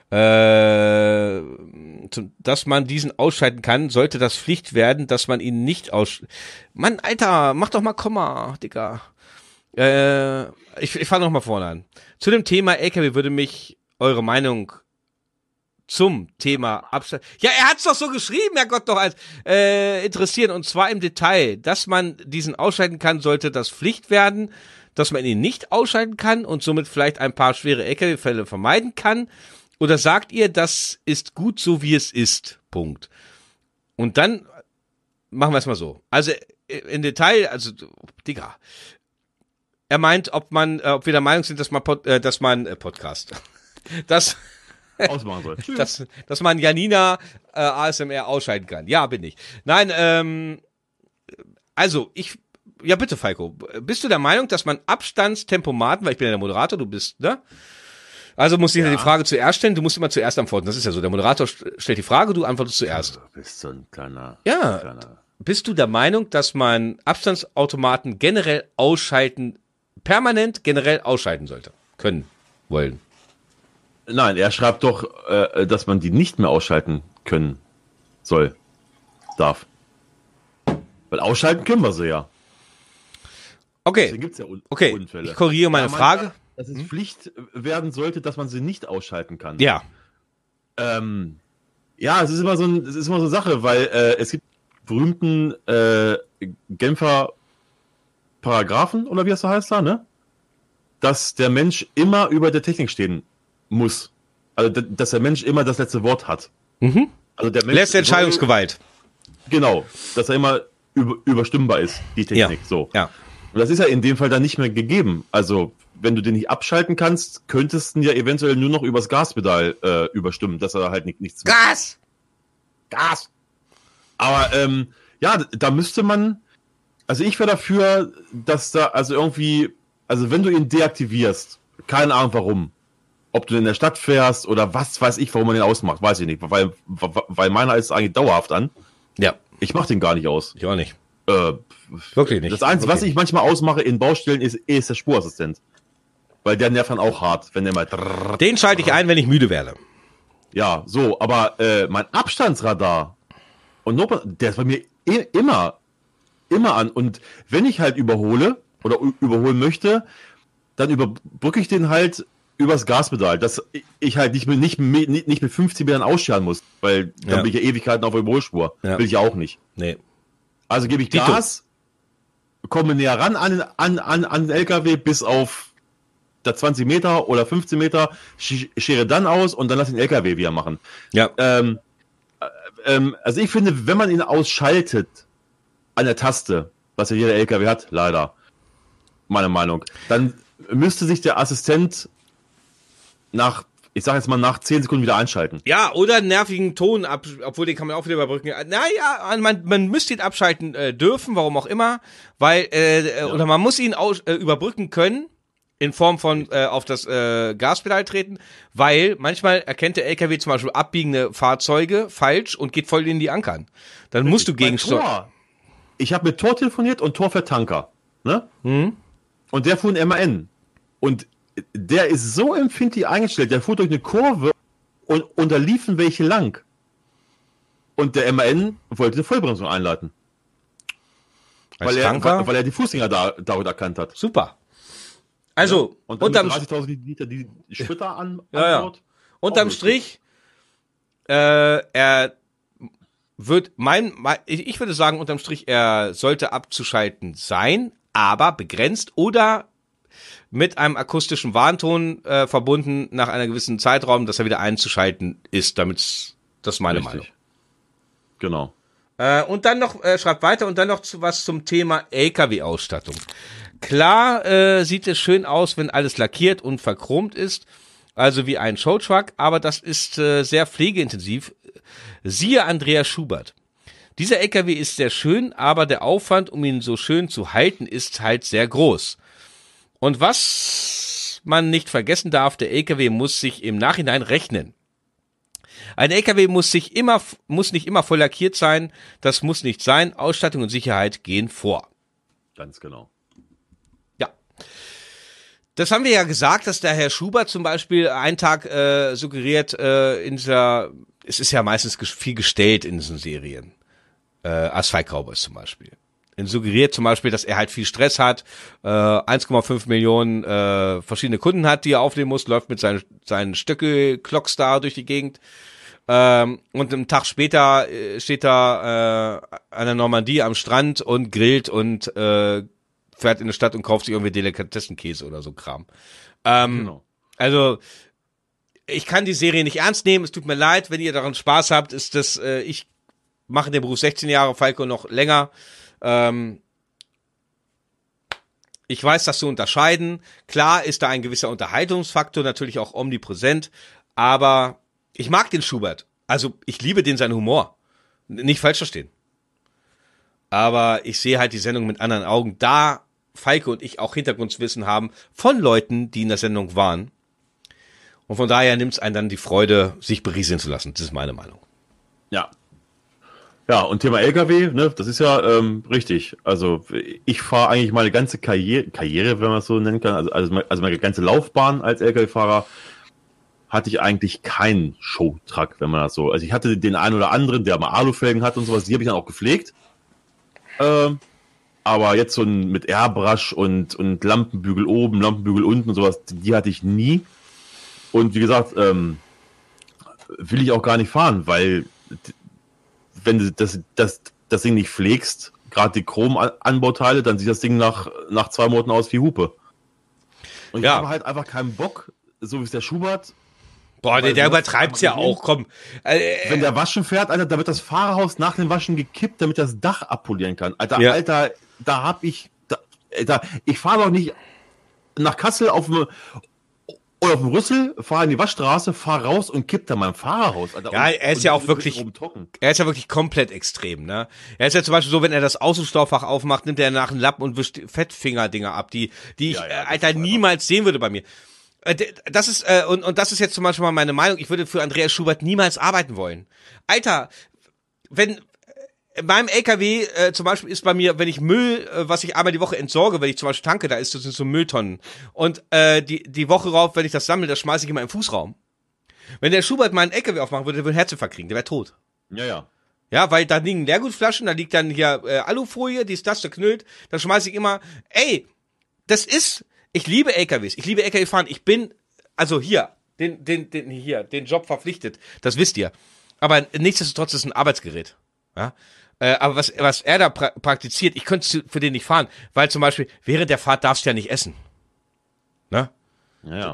Dass man diesen ausschalten kann, sollte das Pflicht werden, dass man ihn nicht Mann, Alter, mach doch mal Komma, Digga. Ich fange noch mal vorne an. Zu dem Thema LKW würde mich eure Meinung zum Thema Abstand... Ja, er hat's doch so geschrieben, Herrgott, doch als interessieren, und zwar im Detail. Dass man diesen ausschalten kann, sollte das Pflicht werden, dass man ihn nicht ausschalten kann und somit vielleicht ein paar schwere LKW-Fälle vermeiden kann? Oder sagt ihr, das ist gut so, wie es ist? Punkt. Und dann machen wir es mal so. Also im Detail, also Digga. Er meint, ob wir der Meinung sind, dass man Podcast, ausmachen soll. dass man Janina ASMR ausschalten kann. Ja, bin ich. Nein, ja bitte, Falco. Bist du der Meinung, dass man Abstandstempomaten, weil ich bin ja der Moderator, du bist, ne? Also musst du dir die Frage zuerst stellen, du musst immer zuerst antworten. Das ist ja so. Der Moderator stellt die Frage, du antwortest zuerst. Du bist so ein kleiner... Ja. Bist du der Meinung, dass man Abstandsautomaten permanent generell ausschalten sollte? Können, wollen? Nein, er schreibt doch, dass man die nicht mehr ausschalten können soll, darf. Weil ausschalten können wir sie ja. Okay, Deswegen gibt's ja Unfälle. Ich korrigiere meine Frage. Dass es Pflicht werden sollte, dass man sie nicht ausschalten kann. Ja. Ja, es ist immer so eine Sache, weil es gibt berühmten Genfer Paragraphen, oder wie das so heißt da, ne? Dass der Mensch immer über der Technik stehen muss. Also, dass der Mensch immer das letzte Wort hat. Mhm. Also der Mensch Letzte Entscheidungsgewalt. Genau, dass er immer überstimmbar ist, die Technik. Ja. So. Ja. Und das ist ja in dem Fall dann nicht mehr gegeben. Also, wenn du den nicht abschalten kannst, könntest du ihn ja eventuell nur noch übers Gaspedal überstimmen, dass er halt nichts macht. Gas! Aber ja, da müsste man, also ich wäre dafür, dass da, also irgendwie, also wenn du ihn deaktivierst, keine Ahnung warum, ob du in der Stadt fährst oder was weiß ich, warum man den ausmacht, weiß ich nicht, weil meiner ist eigentlich dauerhaft an. Ja. Ich mach den gar nicht aus. Ich auch nicht. Wirklich nicht. Das Einzige, was ich manchmal ausmache in Baustellen, ist der Spurassistent. Weil der nervt dann auch hart, wenn der mal... Den schalte ich ein, wenn ich müde werde. Ja, so, aber mein Abstandsradar und der ist bei mir immer an. Und wenn ich halt überhole oder überholen möchte, dann überbrücke ich den halt übers Gaspedal, dass ich halt nicht mit 50 Metern ausscheren muss, weil dann bin ich ja Ewigkeiten auf der Überholspur. Ja. Will ich ja auch nicht. Nee. Also gebe ich Gas, komme näher ran an den LKW bis auf da 20 Meter oder 15 Meter, schere dann aus und dann lass den LKW wieder machen. Ja. Also ich finde, wenn man ihn ausschaltet an der Taste, was ja jeder LKW hat, leider, meine Meinung, dann müsste sich der Assistent nach 10 Sekunden wieder einschalten. Ja, oder einen nervigen Ton obwohl den kann man auch wieder überbrücken. Naja, man müsste ihn abschalten dürfen, warum auch immer, weil, oder man muss ihn überbrücken können, in Form von auf das Gaspedal treten, weil manchmal erkennt der LKW zum Beispiel abbiegende Fahrzeuge falsch und geht voll in die Ankern. Dann musst du gegensteuern. Ich habe mit Tor telefoniert und Tor für Tanker. Ne? Mhm. Und der fuhr ein MAN. Und der ist so empfindlich eingestellt, der fuhr durch eine Kurve und da liefen welche lang. Und der MAN wollte eine Vollbremsung einleiten. Weil er die Fußgänger da erkannt hat. Super. Also, ja. Und dann 30.000 Liter die Splitter an Bord. Ja. Unterm Strich, ich würde sagen, unterm Strich, er sollte abzuschalten sein, aber begrenzt oder mit einem akustischen Warnton verbunden nach einer gewissen Zeitraum, dass er wieder einzuschalten ist, das ist meine Meinung. Genau. Und dann noch, schreibt weiter, und dann noch was zum Thema LKW-Ausstattung. Klar sieht es schön aus, wenn alles lackiert und verchromt ist, also wie ein Showtruck, aber das ist sehr pflegeintensiv. Siehe Andreas Schubert. Dieser LKW ist sehr schön, aber der Aufwand, um ihn so schön zu halten, ist halt sehr groß. Und was man nicht vergessen darf, der LKW muss sich im Nachhinein rechnen. Ein LKW muss nicht immer voll lackiert sein, das muss nicht sein, Ausstattung und Sicherheit gehen vor. Ganz genau. Ja. Das haben wir ja gesagt, dass der Herr Schubert zum Beispiel einen Tag suggeriert es ist ja meistens viel gestellt in diesen Serien. Asphalt Cowboys zum Beispiel. Er suggeriert zum Beispiel, dass er halt viel Stress hat, 1,5 Millionen verschiedene Kunden hat, die er aufnehmen muss, läuft mit seinen Stöckel-Clockstar durch die Gegend. Und einen Tag später steht er an der Normandie am Strand und grillt und fährt in die Stadt und kauft sich irgendwie Delikatessenkäse oder so Kram. Genau. Also ich kann die Serie nicht ernst nehmen, es tut mir leid, wenn ihr daran Spaß habt, ist das, ich mache den Beruf 16 Jahre, Falco noch länger. Ich weiß das zu unterscheiden. Klar ist da ein gewisser Unterhaltungsfaktor natürlich auch omnipräsent, aber ich mag den Schubert. Also ich liebe seinen Humor. Nicht falsch verstehen. Aber ich sehe halt die Sendung mit anderen Augen, da Falco und ich auch Hintergrundwissen haben von Leuten, die in der Sendung waren. Und von daher nimmt es einen dann die Freude, sich berieseln zu lassen. Das ist meine Meinung. Ja. Ja, und Thema LKW, ne, das ist ja richtig. Also ich fahre eigentlich meine ganze Karriere, wenn man es so nennen kann, also meine ganze Laufbahn als LKW-Fahrer, hatte ich eigentlich keinen Showtruck, wenn man das so. Also ich hatte den einen oder anderen, der mal Alufelgen hat und sowas, die habe ich dann auch gepflegt. Aber jetzt so mit Airbrush und Lampenbügel oben, Lampenbügel unten und sowas, die hatte ich nie. Und wie gesagt, will ich auch gar nicht fahren, weil wenn du das Ding nicht pflegst, gerade die Chrom-Anbauteile, dann sieht das Ding nach 2 Monaten aus wie Hupe. Und ich habe halt einfach keinen Bock, so wie es der Schubert. Boah, der übertreibt's ja auch, komm. Wenn der Waschen fährt, Alter, da wird das Fahrerhaus nach dem Waschen gekippt, damit das Dach abpolieren kann. Alter, Ja. Alter, ich fahre doch nicht nach Kassel auf dem Rüssel, fahre in die Waschstraße, fahre raus und kipp da mein Fahrerhaus. Alter, Ja, er ist ja auch wirklich, er ist ja wirklich komplett extrem, ne? Er ist ja zum Beispiel so, wenn er das Außenstauffach aufmacht, nimmt er nach einen Lappen und wischt Fettfinger-Dinger ab, die ich, Alter, niemals sehen würde bei mir. Das ist, und das ist jetzt zum Beispiel mal meine Meinung, ich würde für Andreas Schubert niemals arbeiten wollen. Alter, wenn, in meinem LKW zum Beispiel ist bei mir, wenn ich Müll, was ich einmal die Woche entsorge, wenn ich zum Beispiel tanke, da ist das sind so Mülltonnen. Und die Woche rauf, wenn ich das sammle, das schmeiße ich in meinen Fußraum. Wenn der Schubert meinen LKW aufmachen würde, der würde einen Herzinfarkt kriegen, der wäre tot. Ja. Ja, weil da liegen Leergutflaschen, da liegt dann hier Alufolie, das knüllt, da schmeiße ich immer, ich liebe LKWs, ich liebe LKW-Fahren, ich bin, also hier, den Job verpflichtet, das wisst ihr. Aber nichtsdestotrotz ist es ein Arbeitsgerät. Ja? Aber was er da praktiziert, ich könnte für den nicht fahren, weil zum Beispiel während der Fahrt darfst du ja nicht essen. Ne? Ja.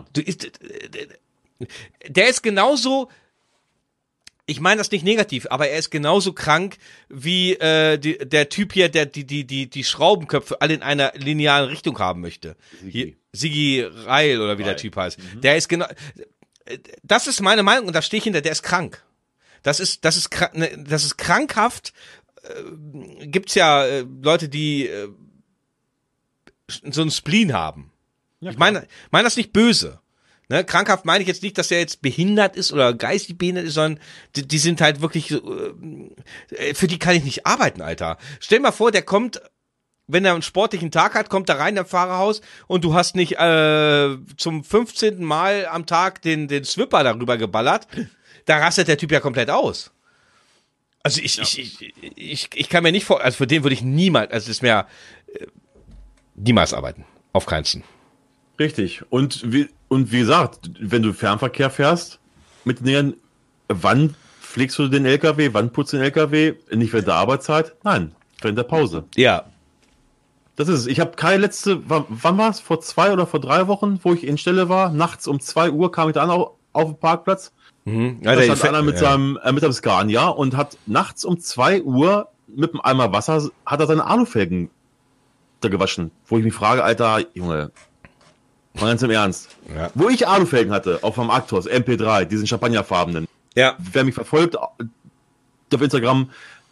Der ist genauso, ich meine das nicht negativ, aber er ist genauso krank wie der Typ hier, der die Schraubenköpfe alle in einer linearen Richtung haben möchte. Sigi Reil oder wie der Typ heißt. Mhm. Der ist genau, das ist meine Meinung und da stehe ich hinter, der ist krank. Das ist krankhaft. Gibt's ja Leute, die so einen Spleen haben. Ja, ich meine das nicht böse. Ne, krankhaft meine ich jetzt nicht, dass er jetzt behindert ist oder geistig behindert ist, sondern die sind halt wirklich, für die kann ich nicht arbeiten, Alter. Stell dir mal vor, der kommt, wenn er einen sportlichen Tag hat, kommt er rein im Fahrerhaus und du hast nicht zum 15. Mal am Tag den Swipper darüber geballert, da rastet der Typ ja komplett aus. Also ich kann mir nicht vor, also für den würde ich niemals, also das wäre niemals arbeiten. Auf keinsten. Richtig. Und wie gesagt, wenn du Fernverkehr fährst, mit den Dingern, wann pflegst du den LKW, wann putzt du den LKW? Nicht während der Arbeitszeit? Nein, während der Pause. Ja. Das ist es. Ich habe keine wann war es? Vor 2 oder vor 3 Wochen, wo ich in Stelle war, nachts um 2 Uhr kam ich da an auf den Parkplatz. Mhm. Da stand einer mit seinem Scania und hat nachts um 2 Uhr mit einem Eimer Wasser, hat er seine Alufelgen gewaschen, wo ich mich frage, Alter, Junge, mal ganz im Ernst. Ja. Wo ich Alufelgen hatte, auf dem Actros, MP3, diesen champagnerfarbenen. Ja. Wer mich verfolgt auf Instagram,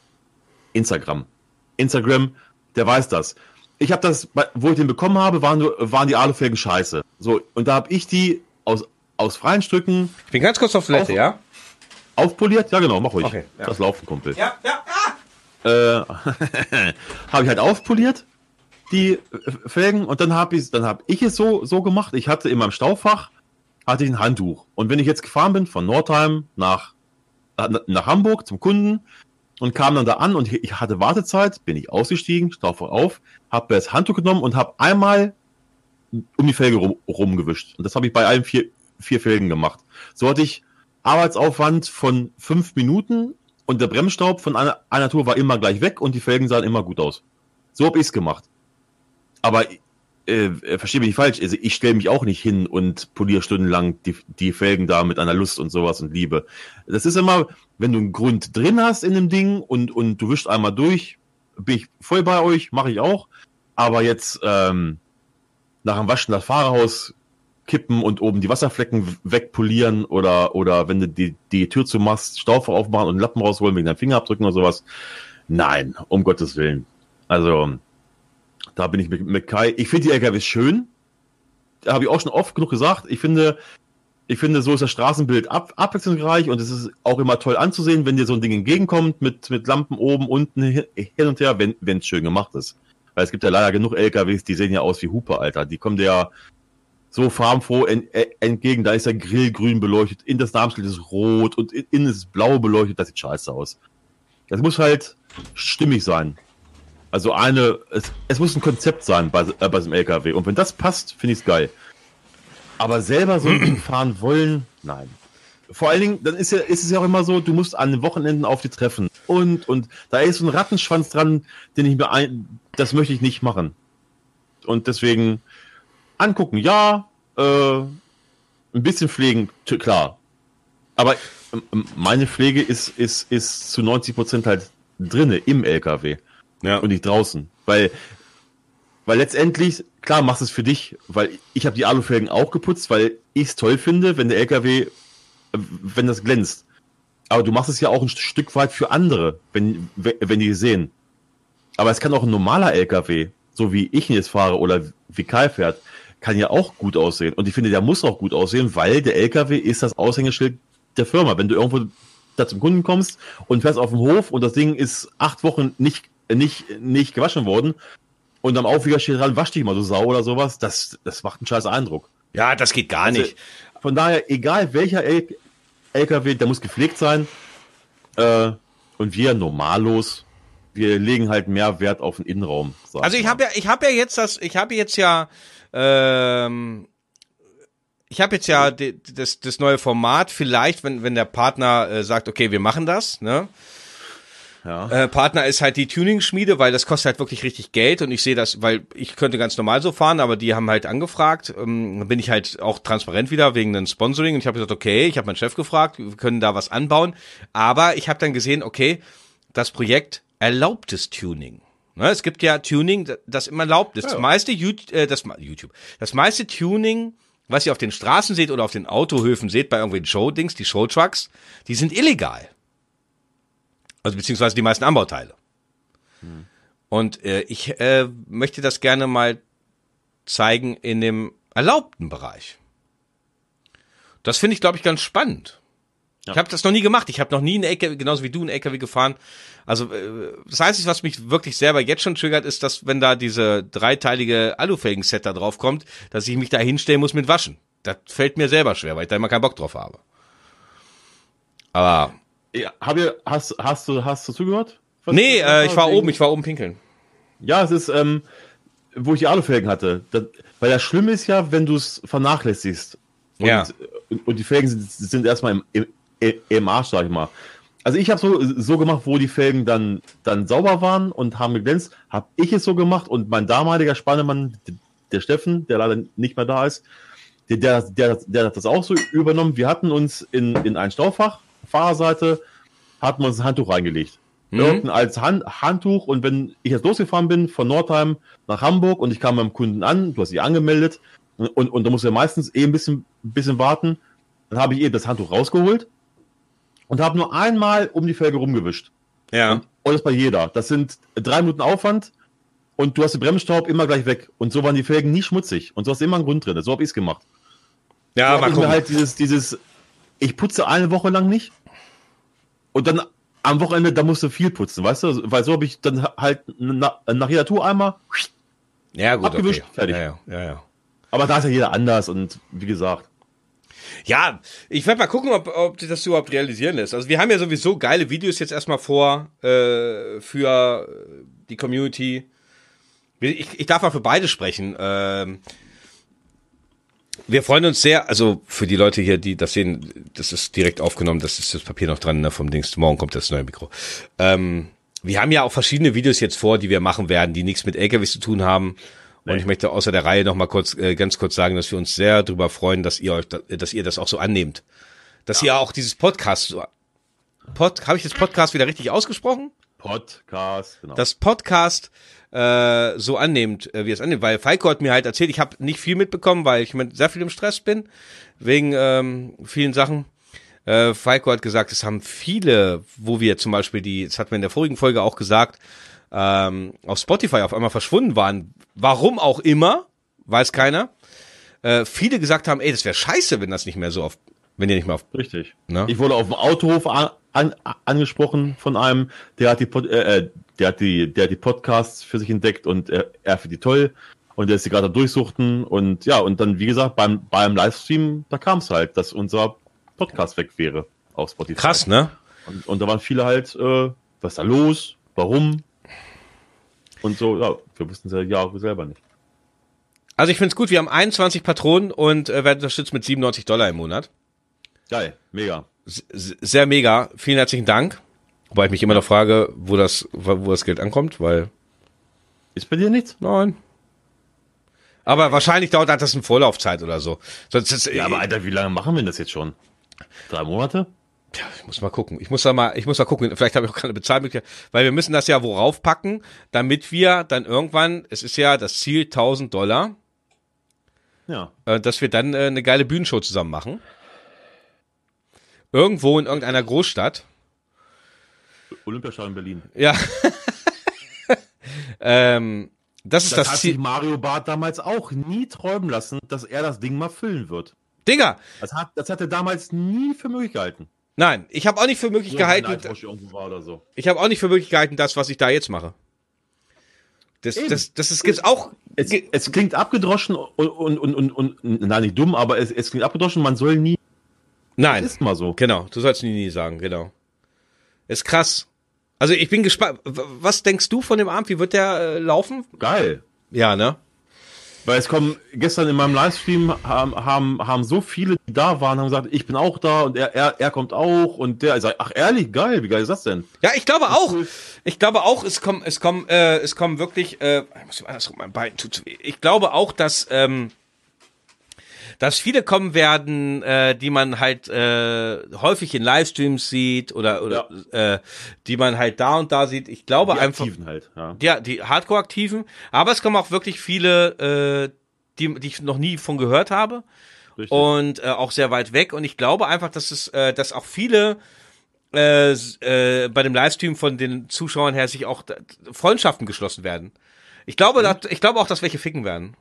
der weiß das. Ich habe das, wo ich den bekommen habe, waren die Alufelgen scheiße. So, und da habe ich die aus freien Stücken. Ich bin ganz kurz auf Toilette, ja? Aufpoliert? Ja, genau, mach ruhig. Okay, ja. Das laufen, Kumpel. Ja. Habe ich halt aufpoliert, die Felgen, und dann hab ich es so gemacht. Ich hatte in meinem Staufach hatte ich ein Handtuch. Und wenn ich jetzt gefahren bin von Nordheim nach Hamburg zum Kunden und kam dann da an und ich hatte Wartezeit, bin ich ausgestiegen, Staufach auf, habe mir das Handtuch genommen und habe einmal um die Felge rumgewischt. Und das habe ich bei allen vier Felgen gemacht. So hatte ich Arbeitsaufwand von 5 Minuten und der Bremsstaub von einer Tour war immer gleich weg und die Felgen sahen immer gut aus. So habe ich es gemacht. Aber verstehe mich nicht falsch, also ich stelle mich auch nicht hin und poliere stundenlang die Felgen da mit einer Lust und sowas und Liebe. Das ist immer, wenn du einen Grund drin hast in dem Ding und du wischst einmal durch, bin ich voll bei euch, mache ich auch. Aber jetzt nach dem Waschen das Fahrerhaus kippen und oben die Wasserflecken wegpolieren oder wenn du die Tür zumachst, Staufach aufmachen und einen Lappen rausholen wegen deinen Fingerabdrücken oder sowas. Nein, um Gottes Willen. Also da bin ich mit Kai. Ich finde die LKWs schön. Da habe ich auch schon oft genug gesagt. Ich finde, so ist das Straßenbild abwechslungsreich und es ist auch immer toll anzusehen, wenn dir so ein Ding entgegenkommt mit Lampen oben, unten, hin und her, wenn es schön gemacht ist. Weil es gibt ja leider genug LKWs, die sehen ja aus wie Hupe, Alter. Die kommen dir ja so farbenfroh entgegen. Da ist der Grill grün beleuchtet, in das Namensschild ist rot und innen ist blau beleuchtet. Das sieht scheiße aus. Das muss halt stimmig sein. Also es muss ein Konzept sein bei so einem LKW. Und wenn das passt, finde ich es geil. Aber selber so ein Ding fahren wollen, nein. Vor allen Dingen, dann ist es ja auch immer so, du musst an den Wochenenden auf die treffen. Und da ist so ein Rattenschwanz dran, das möchte ich nicht machen. Und deswegen angucken, ja, ein bisschen pflegen, klar. Aber meine Pflege ist zu 90% halt drinne im LKW. Ja. Und nicht draußen. Weil letztendlich, klar, machst du es für dich, weil ich habe die Alufelgen auch geputzt, weil ich es toll finde, wenn der LKW, wenn das glänzt. Aber du machst es ja auch ein Stück weit für andere, wenn die sehen. Aber es kann auch ein normaler LKW, so wie ich ihn jetzt fahre oder wie Kai fährt, kann ja auch gut aussehen. Und ich finde, der muss auch gut aussehen, weil der LKW ist das Aushängeschild der Firma. Wenn du irgendwo da zum Kunden kommst und fährst auf dem Hof und das Ding ist 8 Wochen nicht gewaschen worden und am Aufwieger steht dran, wasch dich mal, du Sau oder sowas, das macht einen scheiß Eindruck. Ja, das geht gar nicht. Von daher, egal welcher LKW, der muss gepflegt sein. Und wir normallos, wir legen halt mehr Wert auf den Innenraum. Also ich habe jetzt das neue Format, vielleicht, wenn der Partner sagt, okay, wir machen das, ne? Ja. Partner ist halt die Tuning-Schmiede, weil das kostet halt wirklich richtig Geld und ich sehe das, weil ich könnte ganz normal so fahren, aber die haben halt angefragt, bin ich halt auch transparent wieder wegen einem Sponsoring und ich habe gesagt, okay, ich habe meinen Chef gefragt, wir können da was anbauen, aber ich habe dann gesehen, okay, das Projekt erlaubtes Tuning. Ne, es gibt ja Tuning, das immer erlaubt ist. Ja. Das meiste Tuning, was ihr auf den Straßen seht oder auf den Autohöfen seht, bei irgendwelchen Show-Dings, die Show-Trucks, die sind illegal. Also beziehungsweise die meisten Anbauteile. Und ich möchte das gerne mal zeigen in dem erlaubten Bereich. Das finde ich, glaube ich, ganz spannend. Ja. Ich habe das noch nie gemacht. Ich habe noch nie einen LKW, genauso wie du, einen LKW gefahren. Also das Einzige, was mich wirklich selber jetzt schon triggert, ist, dass wenn da diese dreiteilige Alufelgen-Set da drauf kommt, dass ich mich da hinstellen muss mit Waschen. Das fällt mir selber schwer, weil ich da immer keinen Bock drauf habe. Aber ja, hast du zugehört? Nee, ich war oben pinkeln. Ja, es ist, wo ich die Alufelgen hatte. Weil das Schlimme ist ja, wenn du es vernachlässigst. Und die Felgen sind erstmal im Arsch, sag ich mal. Also ich habe so gemacht, wo die Felgen dann sauber waren und haben geglänzt, habe ich es so gemacht und mein damaliger Spannemann, der Steffen, der leider nicht mehr da ist, der hat das auch so übernommen. Wir hatten uns in ein Staufach, Fahrerseite, hatten wir uns ein Handtuch reingelegt. irgendein altes Handtuch und wenn ich jetzt losgefahren bin von Nordheim nach Hamburg und ich kam beim Kunden an, du hast dich angemeldet und da musst du ja meistens ein bisschen warten, dann habe ich das Handtuch rausgeholt und habe nur einmal um die Felge rumgewischt. Ja. Und das bei jeder. Das sind 3 Minuten Aufwand und du hast den Bremsstaub immer gleich weg. Und so waren die Felgen nie schmutzig. Und so hast du immer einen Grund drin. So habe ich es gemacht. Ja, so mal ich mir gucken. halt ich putze eine Woche lang nicht. Und dann am Wochenende, da musst du viel putzen, weißt du? Weil so habe ich dann halt nach jeder Tour einmal Ja, gut, abgewischt, okay. fertig. Ja. Aber da ist ja jeder anders und wie gesagt. Ja, ich werde mal gucken, ob sich das überhaupt realisieren lässt. Also wir haben ja sowieso geile Videos jetzt erstmal vor für die Community. Ich darf mal für beide sprechen. Wir freuen uns sehr, also für die Leute hier, die das sehen, das ist direkt aufgenommen, das ist das Papier noch dran, ne, vom Dings. Morgen kommt das neue Mikro. Wir haben ja auch verschiedene Videos jetzt vor, die wir machen werden, die nichts mit LKWs zu tun haben. Und ich möchte außer der Reihe noch mal ganz kurz sagen, dass wir uns sehr darüber freuen, dass ihr das auch so annehmt. Dass ihr auch dieses Podcast, habe ich das Podcast wieder richtig ausgesprochen? Podcast, genau. Das Podcast so annehmt, wie es annimmt. Weil Falco hat mir halt erzählt, ich habe nicht viel mitbekommen, weil ich sehr viel im Stress bin, wegen vielen Sachen. Falco hat gesagt, es haben viele, wo wir zum Beispiel das hatten wir in der vorigen Folge auch gesagt, auf Spotify auf einmal verschwunden waren. Warum auch immer, weiß keiner. Viele gesagt haben, ey, das wäre scheiße, wenn das nicht mehr so wenn ihr nicht mehr auf... Richtig. Ne? Ich wurde auf dem Autohof angesprochen von einem, der hat die Podcasts für sich entdeckt und er findet die toll und der ist die gerade am Durchsuchten und ja, und dann, wie gesagt, beim Livestream, da kam es halt, dass unser Podcast weg wäre auf Spotify. Krass, ne? Und da waren viele halt, was ist da los? Warum? Und so, ja, wir wussten es ja selber nicht. Also ich find's gut, wir haben 21 Patronen und werden unterstützt mit $97 im Monat. Geil, mega. Sehr mega. Vielen herzlichen Dank. Wobei ich mich immer noch frage, wo das Geld ankommt, weil... Ist bei dir nichts? Nein. Aber wahrscheinlich dauert das eine Vorlaufzeit oder so. Sonst Ja, aber Alter, wie lange machen wir das jetzt schon? 3 Monate? Ja, ich muss mal gucken. Ich muss mal gucken. Vielleicht habe ich auch keine Bezahlmöglichkeit, weil wir müssen das ja worauf packen, damit wir dann irgendwann, es ist ja das Ziel $1000, Ja. dass wir dann eine geile Bühnenshow zusammen machen. Irgendwo in irgendeiner Großstadt. Olympiastadion Berlin. Ja. Das ist das hat sich Ziel. Mario Barth damals auch nie träumen lassen, dass er das Ding mal füllen wird. Digga! Das hat er damals nie für möglich gehalten. Nein, ich habe auch nicht für möglich gehalten. Irgendwo war oder so. Ich habe auch nicht für möglich gehalten, das, was ich da jetzt mache. Das ist gibt's auch. Es klingt abgedroschen und nein, nicht dumm, aber es klingt abgedroschen, man soll nie. Nein. Das ist mal so. Genau, du sollst nie sagen, genau. Ist krass. Also ich bin gespannt. Was denkst du von dem Abend? Wie wird der laufen? Geil. Ja, ne? Weil es kommen, gestern in meinem Livestream haben so viele, die da waren, haben gesagt, ich bin auch da und er kommt auch und der sagt, ach ehrlich, geil, wie geil ist das denn? Ja, ich glaube auch. Cool. Ich glaube auch, es kommen wirklich, ich muss andersrum, mein Bein tut weh. Ich glaube auch, dass viele kommen werden, die man halt häufig in Livestreams sieht oder die man halt da und da sieht. Ich glaube Die einfach, Aktiven halt, ja. ja, die Hardcore-Aktiven, aber es kommen auch wirklich viele, die ich noch nie von gehört habe. Richtig. Und auch sehr weit weg. Und ich glaube einfach, dass auch viele bei dem Livestream von den Zuschauern her sich auch Freundschaften geschlossen werden. Ich glaube auch, dass welche ficken werden.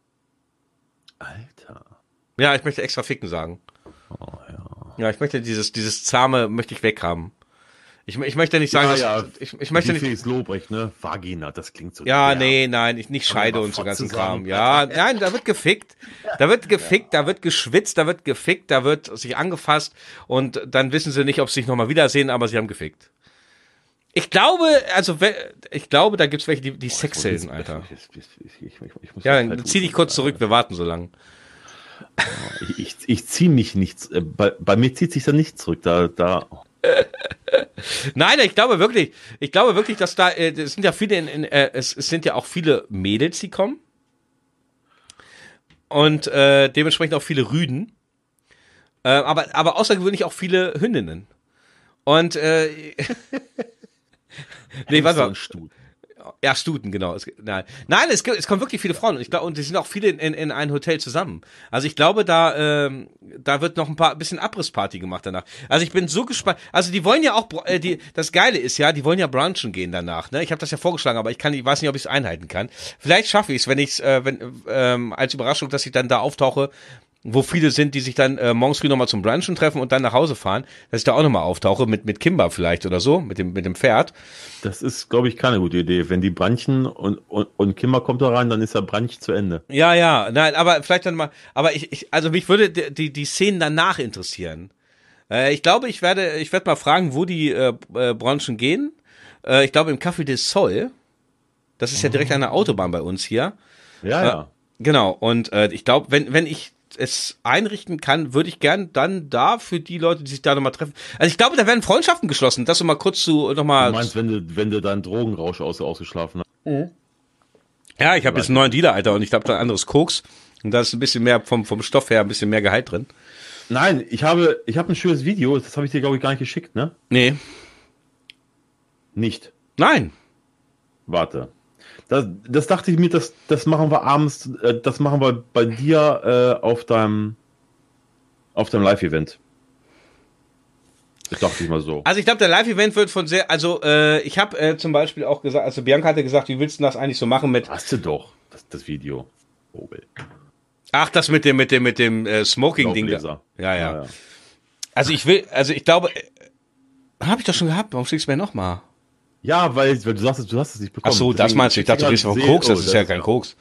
Alter. Ja, ich möchte extra ficken sagen. Oh, ja. Ja, ich möchte dieses Zahme möchte ich weghaben. Ich möchte nicht sagen, ich möchte nicht. Felix Lobrecht, ne? Vagina, das klingt so. Ja, derb. nein, nicht Scheide und so ganzen Fotze Kram. sagen. Ja, nein, da wird gefickt. Da wird gefickt, da wird geschwitzt, da wird gefickt, da wird sich angefasst und dann wissen sie nicht, ob sie sich nochmal wiedersehen, aber sie haben gefickt. Ich glaube, da gibt's welche, die Sexhelden, Alter. Ich muss Ja, halt dann zieh dich kurz zurück, wir warten so lang. Ich ziehe mich nicht, bei mir zieht sich da nicht zurück, da. Nein, ich glaube wirklich, dass da, es sind ja viele, es sind ja auch viele Mädels, die kommen. Und dementsprechend auch viele Rüden. Aber außergewöhnlich auch viele Hündinnen. Und Nee, warte So mal. ein Stut. Ja, Stuten, genau. Nein, es kommen wirklich viele Frauen. Ich glaube, und die sind auch viele in ein Hotel zusammen. Also ich glaube, da wird noch ein bisschen Abrissparty gemacht danach. Also ich bin so gespannt. Also die wollen ja auch, das Geile ist ja, die wollen ja brunchen gehen danach. Ne? Ich habe das ja vorgeschlagen, aber ich weiß nicht, ob ich es einhalten kann. Vielleicht schaffe ich es, wenn als Überraschung, dass ich dann da auftauche, wo viele sind, die sich dann morgens früh nochmal zum Brunchen treffen und dann nach Hause fahren, dass ich da auch nochmal auftauche, mit Kimber vielleicht oder so, mit dem Pferd. Das ist, glaube ich, keine gute Idee. Wenn die branchen und Kimmer kommt da rein, dann ist der Branch zu Ende. Ja, nein, aber vielleicht dann mal, aber also mich würde die Szenen danach interessieren. Ich glaube, ich werde mal fragen, wo die Brunchen gehen. Ich glaube im Café del Sol. Das ist ja direkt an der Autobahn bei uns hier. Ja. Genau, und ich glaube, wenn ich es einrichten kann, würde ich gern dann da für die Leute, die sich da nochmal treffen. Also ich glaube, da werden Freundschaften geschlossen. Das mal kurz nochmal. Du meinst, wenn du deinen Drogenrausch ausgeschlafen hast? Ja, ich habe jetzt einen neuen Dealer, Alter, und ich habe da ein anderes Koks. Und da ist ein bisschen mehr vom Stoff her, ein bisschen mehr Gehalt drin. Nein, ich habe ein schönes Video, das habe ich dir, glaube ich, gar nicht geschickt, ne? Nee. Nicht. Nein. Warte. Das dachte ich mir, das machen wir abends, das machen wir bei dir auf deinem Live-Event. Das dachte ich mal so. Also ich glaube, der Live-Event wird von sehr, also ich habe zum Beispiel auch gesagt, also Bianca hatte gesagt, wie willst du das eigentlich so machen mit... Hast du doch, das Video. Vogel. Ach, das mit dem Smoking-Ding. Laubbläser. Ja. Also ich glaube, habe ich doch schon gehabt, warum schickst du mir nochmal? Ja, weil du hast es nicht bekommen. Ach so, das meinst du, ich dachte, du redest von Koks, das ist ja kein Koks.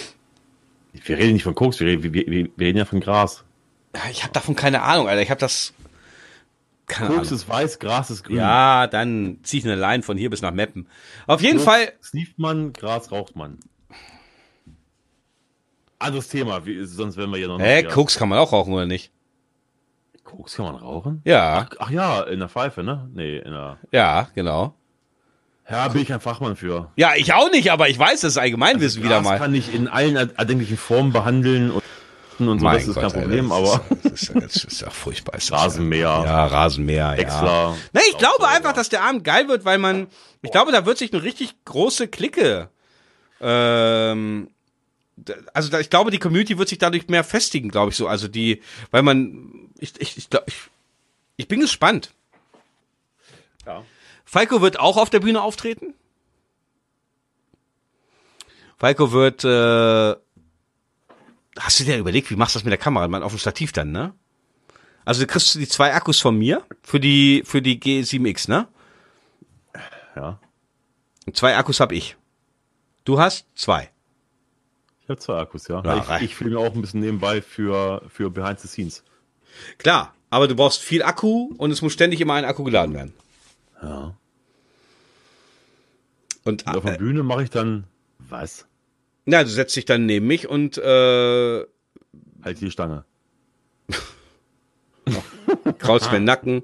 Wir reden nicht von Koks, wir reden ja von Gras. Ich habe davon keine Ahnung, Alter, ich habe das... Keine Koks Ahnung. ist weiß, Gras ist grün. Ja, dann zieh ich eine Line von hier bis nach Meppen. Auf jeden Koks Fall... snieft man, Gras raucht man. Anderes Thema, sonst werden wir hier noch... Koks kann man auch rauchen, oder nicht? Koks kann man rauchen? Ja. Ach ja, in der Pfeife, ne? Nee, in der... Ja, genau. Ja, bin ich ein Fachmann für. Ja, ich auch nicht, aber ich weiß das ist Allgemeinwissen wieder mal. Das kann ich in allen erdenklichen Formen behandeln und so, Mein das ist Gott, kein Problem, Alter, aber... Das ist ja furchtbar. Ist das Rasenmäher. Ja, Rasenmäher, ja. Extra. Ne, ich glaube einfach, dass der Abend geil wird, weil ich glaube, da wird sich eine richtig große Clique, also ich glaube, die Community wird sich dadurch mehr festigen, glaube ich so. Also ich bin gespannt. Ja. Falco wird auch auf der Bühne auftreten. Falco wird, hast du dir überlegt, wie machst du das mit der Kamera? Man auf dem Stativ dann, ne? Also du kriegst die 2 Akkus von mir für die G7X, ne? Ja. Und 2 Akkus hab ich. Du hast 2. Ich habe 2 Akkus, ja. Ja, ich filme auch ein bisschen nebenbei für Behind the Scenes. Klar, aber du brauchst viel Akku und es muss ständig immer ein Akku geladen werden. Ja. Und auf der Bühne mache ich dann was? Ja, du setzt dich dann neben mich und halt die Stange. kraulst mir den Nacken.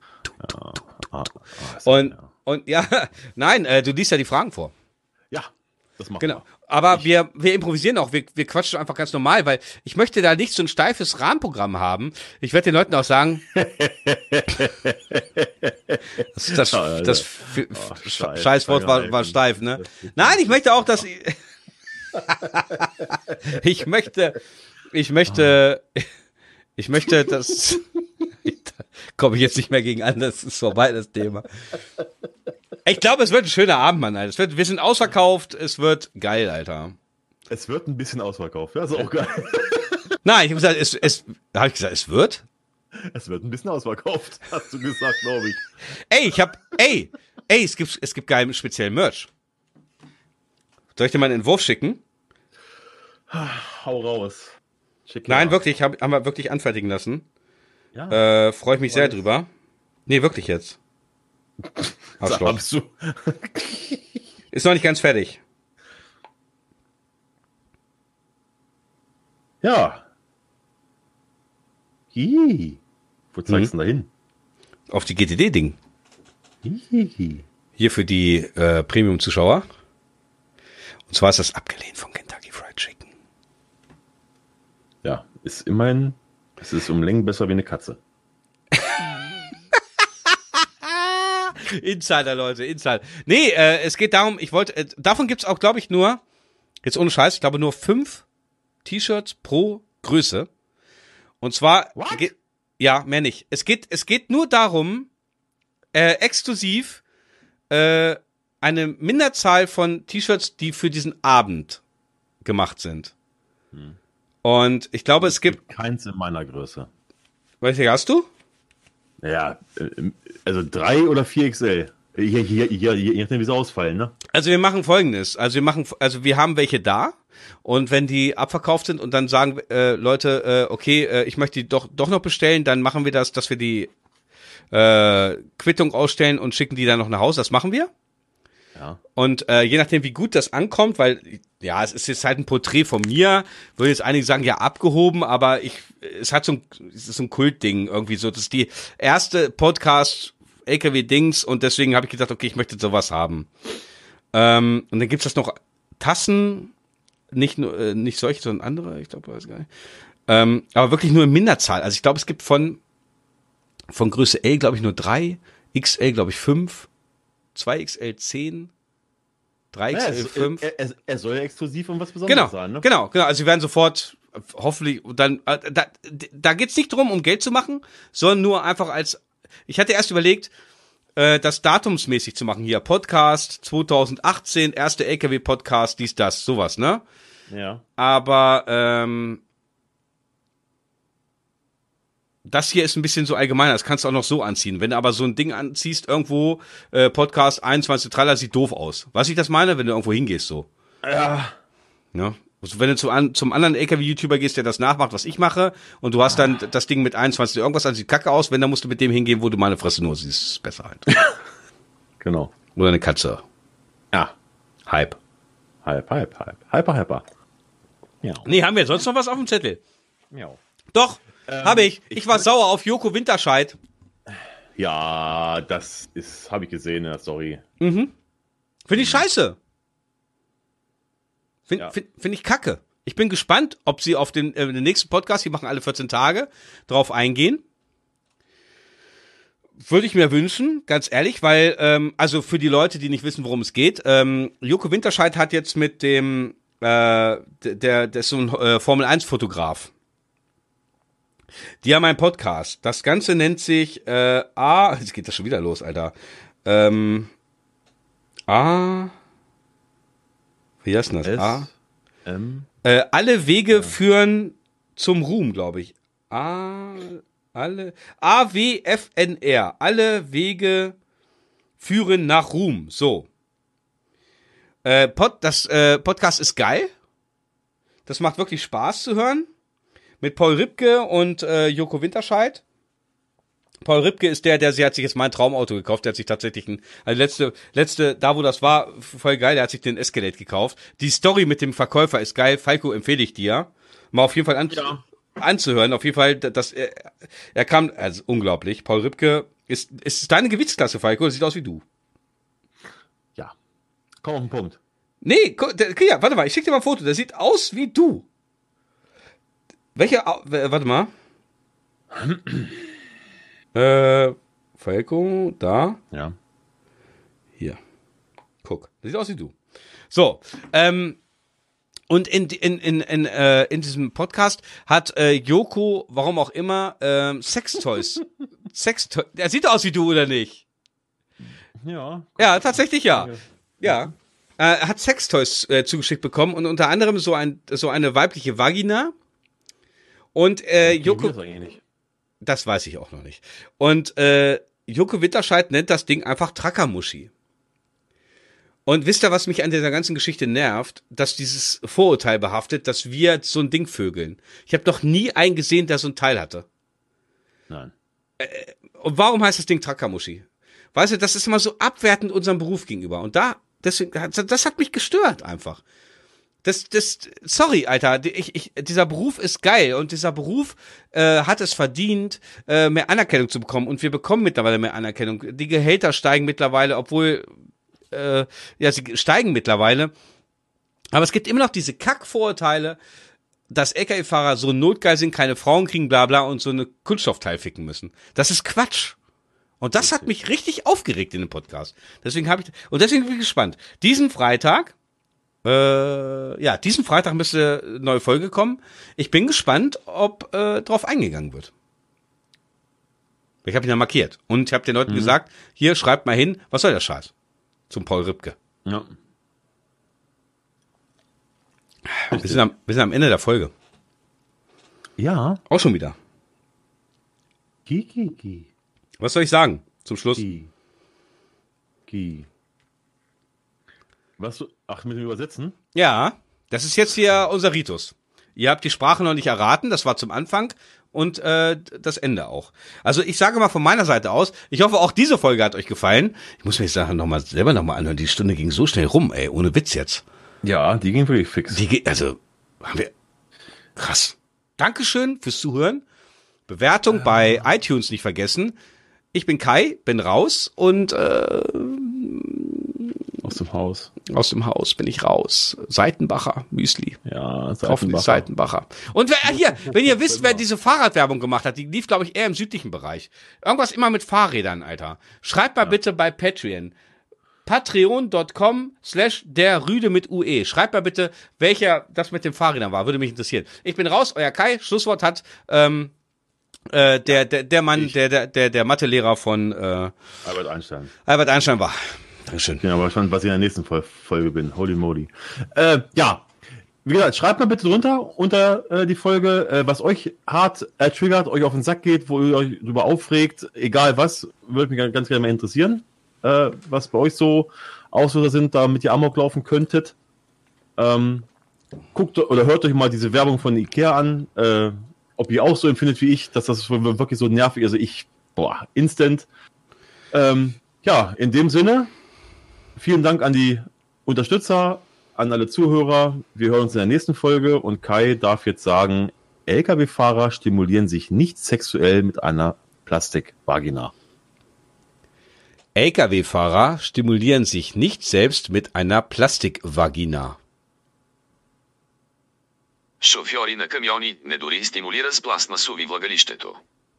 Und ja, nein, du liest ja die Fragen vor. Ja, das machen Genau. Aber wir improvisieren auch, wir quatschen einfach ganz normal, weil ich möchte da nicht so ein steifes Rahmenprogramm haben. Ich werde den Leuten auch sagen, das Scheißwort war steif, ne? Nein, ich möchte auch, dass ich möchte, dass komme ich jetzt nicht mehr gegen an, das ist vorbei, das Thema. Ich glaube, es wird ein schöner Abend, Mann, Alter. Wir sind ausverkauft, es wird geil, Alter. Es wird ein bisschen ausverkauft, ja, ist auch geil. Nein, ich habe gesagt, es wird? Es wird ein bisschen ausverkauft, hast du gesagt, glaube ich. Es gibt geilen speziellen Merch. Soll ich dir mal einen Entwurf schicken? Hau raus. Schick Nein, wirklich, haben wir wirklich anfertigen lassen. Ja. Freue ich mich sehr drüber. Nee, wirklich jetzt. Arschloch. Du. Ist noch nicht ganz fertig. Ja. Wo zeigst du denn da hin? Auf die GTD-Ding. Hihi. Hier für die Premium-Zuschauer. Und zwar ist das abgelehnt von Kentucky Fried Chicken. Ja, ist immerhin, es ist um Längen besser wie eine Katze. Insider, Leute, Insider. Nee, es geht darum, davon gibt's auch, glaube ich, nur, jetzt ohne Scheiß, ich glaube nur 5 T-Shirts pro Größe. Und zwar, ja, mehr nicht. Es geht nur darum, exklusiv, eine Minderzahl von T-Shirts, die für diesen Abend gemacht sind. Und ich glaube, es gibt keins in meiner Größe. Welche hast du? Ja, also 3 oder 4XL. Je nachdem, wie sie ausfallen, ne? Also wir machen Folgendes. Also wir haben welche da. Und wenn die abverkauft sind und dann sagen Leute, okay, ich möchte die doch noch bestellen, dann machen wir das, dass wir die Quittung ausstellen und schicken die dann noch nach Hause. Das machen wir. Ja. Und je nachdem, wie gut das ankommt, weil, ja, es ist jetzt halt ein Porträt von mir, würde jetzt einige sagen, ja, abgehoben, aber es ist so ein Kultding irgendwie so. Das ist die erste Podcast LKW-Dings und deswegen habe ich gedacht, okay, ich möchte sowas haben. Und dann gibt's das noch Tassen, nicht solche, sondern andere, ich glaube, weiß gar nicht. Aber wirklich nur in Minderzahl. Also ich glaube, es gibt von Größe L, glaube ich, nur 3, XL, glaube ich, 5, 2XL 10, 3XL 5. Er soll ja exklusiv und was Besonderes sein, ne? Genau. Also sie werden sofort, hoffentlich, dann, da geht's nicht drum, um Geld zu machen, sondern nur einfach ich hatte erst überlegt, das datumsmäßig zu machen hier. Podcast 2018, erste LKW-Podcast, dies, das, sowas, ne? Ja. Aber, das hier ist ein bisschen so allgemeiner, das kannst du auch noch so anziehen. Wenn du aber so ein Ding anziehst, irgendwo, Podcast 21 Trailer, sieht doof aus. Was ich das meine, wenn du irgendwo hingehst, so. Ja. Ja. Also wenn du zum anderen LKW-YouTuber gehst, der das nachmacht, was ich mache, und du hast dann das Ding mit 21 irgendwas an, sieht kacke aus, wenn, dann musst du mit dem hingehen, wo du meine Fresse nur siehst, ist besser halt. Genau. Oder eine Katze. Ja. Hype. Hyper. Ja. Nee, haben wir sonst noch was auf dem Zettel? Ja. Doch, habe ich. Ich war sauer auf Joko Winterscheid. Ja, habe ich gesehen in der Story. Finde ich scheiße. Ja. Find ich kacke. Ich bin gespannt, ob sie auf den nächsten Podcast, die machen alle 14 Tage, drauf eingehen. Würde ich mir wünschen, ganz ehrlich, weil, also für die Leute, die nicht wissen, worum es geht, Joko Winterscheid hat jetzt mit dem, der ist so ein Formel-1-Fotograf. Die haben einen Podcast. Das Ganze nennt sich, jetzt geht das schon wieder los, Alter. Wie heißt denn das? Alle Wege führen zum Ruhm, glaube ich. AWFNR. Alle Wege führen nach Ruhm. So. Das Podcast ist geil. Das macht wirklich Spaß zu hören. Mit Paul Ripke und Joko Winterscheid. Paul Ripke ist der hat sich jetzt mein Traumauto gekauft. Der hat sich tatsächlich letzte, da wo das war, voll geil, der hat sich den Escalade gekauft. Die Story mit dem Verkäufer ist geil. Falco, empfehle ich dir. Mal auf jeden Fall anzuhören. Auf jeden Fall, er kam, also unglaublich. Paul Ripke ist deine Gewichtsklasse, Falco. Sieht aus wie du. Ja. Komm auf den Punkt. Nee, ja, warte mal, ich schick dir mal ein Foto. Der sieht aus wie du. Warte mal. Falco, da. Ja. Hier. Guck, das sieht aus wie du. So, und in diesem Podcast hat Joko, warum auch immer, Sextoys. Der sieht aus wie du, oder nicht? Ja. Ja, tatsächlich ja. Ja. Er hat Sextoys zugeschickt bekommen und unter anderem so eine weibliche Vagina. Und Joko. Das weiß ich auch noch nicht. Und Joko Winterscheid nennt das Ding einfach Trackermuschi. Und wisst ihr, was mich an dieser ganzen Geschichte nervt? Dass dieses Vorurteil behaftet, dass wir so ein Ding vögeln. Ich habe noch nie einen gesehen, der so ein Teil hatte. Nein. Und warum heißt das Ding Trackermuschi? Weißt du, das ist immer so abwertend unserem Beruf gegenüber. Und deswegen, das hat mich gestört einfach. Sorry, Alter, dieser Beruf ist geil und dieser Beruf hat es verdient, mehr Anerkennung zu bekommen und wir bekommen mittlerweile mehr Anerkennung. Die Gehälter steigen mittlerweile, obwohl, sie steigen mittlerweile. Aber es gibt immer noch diese Kackvorurteile, dass LKW-Fahrer so notgeil sind, keine Frauen kriegen, bla bla und so eine Kunststoffteil ficken müssen. Das ist Quatsch. Und das hat mich richtig aufgeregt in dem Podcast. Deswegen bin ich gespannt. Diesen Freitag müsste eine neue Folge kommen. Ich bin gespannt, ob drauf eingegangen wird. Ich habe ihn ja markiert. Und ich habe den Leuten gesagt, hier, schreibt mal hin, was soll der Scheiß? Zum Paul Ripke. Ja. Wir sind am Ende der Folge. Ja. Auch schon wieder. Ki. Was soll ich sagen zum Schluss? Ki. Was? Ach, mit dem Übersetzen? Ja, das ist jetzt hier unser Ritus. Ihr habt die Sprache noch nicht erraten, das war zum Anfang und das Ende auch. Also ich sage mal von meiner Seite aus, ich hoffe auch diese Folge hat euch gefallen. Ich muss mir jetzt selber nochmal anhören, die Stunde ging so schnell rum, ey, ohne Witz jetzt. Ja, die ging wirklich fix. Haben wir, krass. Dankeschön fürs Zuhören. Bewertung bei iTunes nicht vergessen. Ich bin Kai, bin raus und aus dem Haus bin ich raus. Seitenbacher Müsli. Ja, Seitenbacher. Und wenn ihr wisst, wer diese Fahrradwerbung gemacht hat, die lief, glaube ich, eher im südlichen Bereich. Irgendwas immer mit Fahrrädern, Alter. Schreibt mal bitte bei Patreon. Patreon.com/der Rüde mit UE. Schreibt mal bitte, welcher das mit den Fahrrädern war. Würde mich interessieren. Ich bin raus, euer Kai. Schlusswort hat der Mann, der Mathelehrer von Albert Einstein. Albert Einstein war. Dankeschön. Ich bin aber gespannt, was ich in der nächsten Folge bin. Holy moly. Ja, wie gesagt, schreibt mal bitte drunter unter die Folge, was euch hart triggert, euch auf den Sack geht, wo ihr euch drüber aufregt, egal was, würde mich ganz gerne mal interessieren, was bei euch so Auslöser sind, damit ihr Amok laufen könntet. Guckt oder hört euch mal diese Werbung von Ikea an, ob ihr auch so empfindet wie ich, dass das wirklich so nervig ist. Also instant. Ja, in dem Sinne, vielen Dank an die Unterstützer, an alle Zuhörer. Wir hören uns in der nächsten Folge und Kai darf jetzt sagen, Lkw-Fahrer stimulieren sich nicht sexuell mit einer Plastikvagina. Lkw-Fahrer stimulieren sich nicht selbst mit einer Plastikvagina. Шофьори на камиони не дори стимулира с пластмасови влагалището.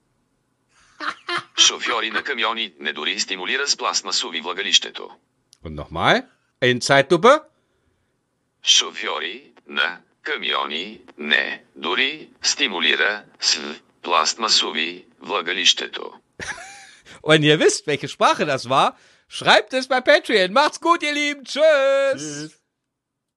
Шофьори на камиони не дори стимулира с пластмасови влагалището. Und nochmal, in Zeitlupe. Шофьори на камиони не дори стимулира с пластмасови влагалището. Und ihr wisst, welche Sprache das war, schreibt es bei Patreon. Macht's gut, ihr Lieben. Tschüss.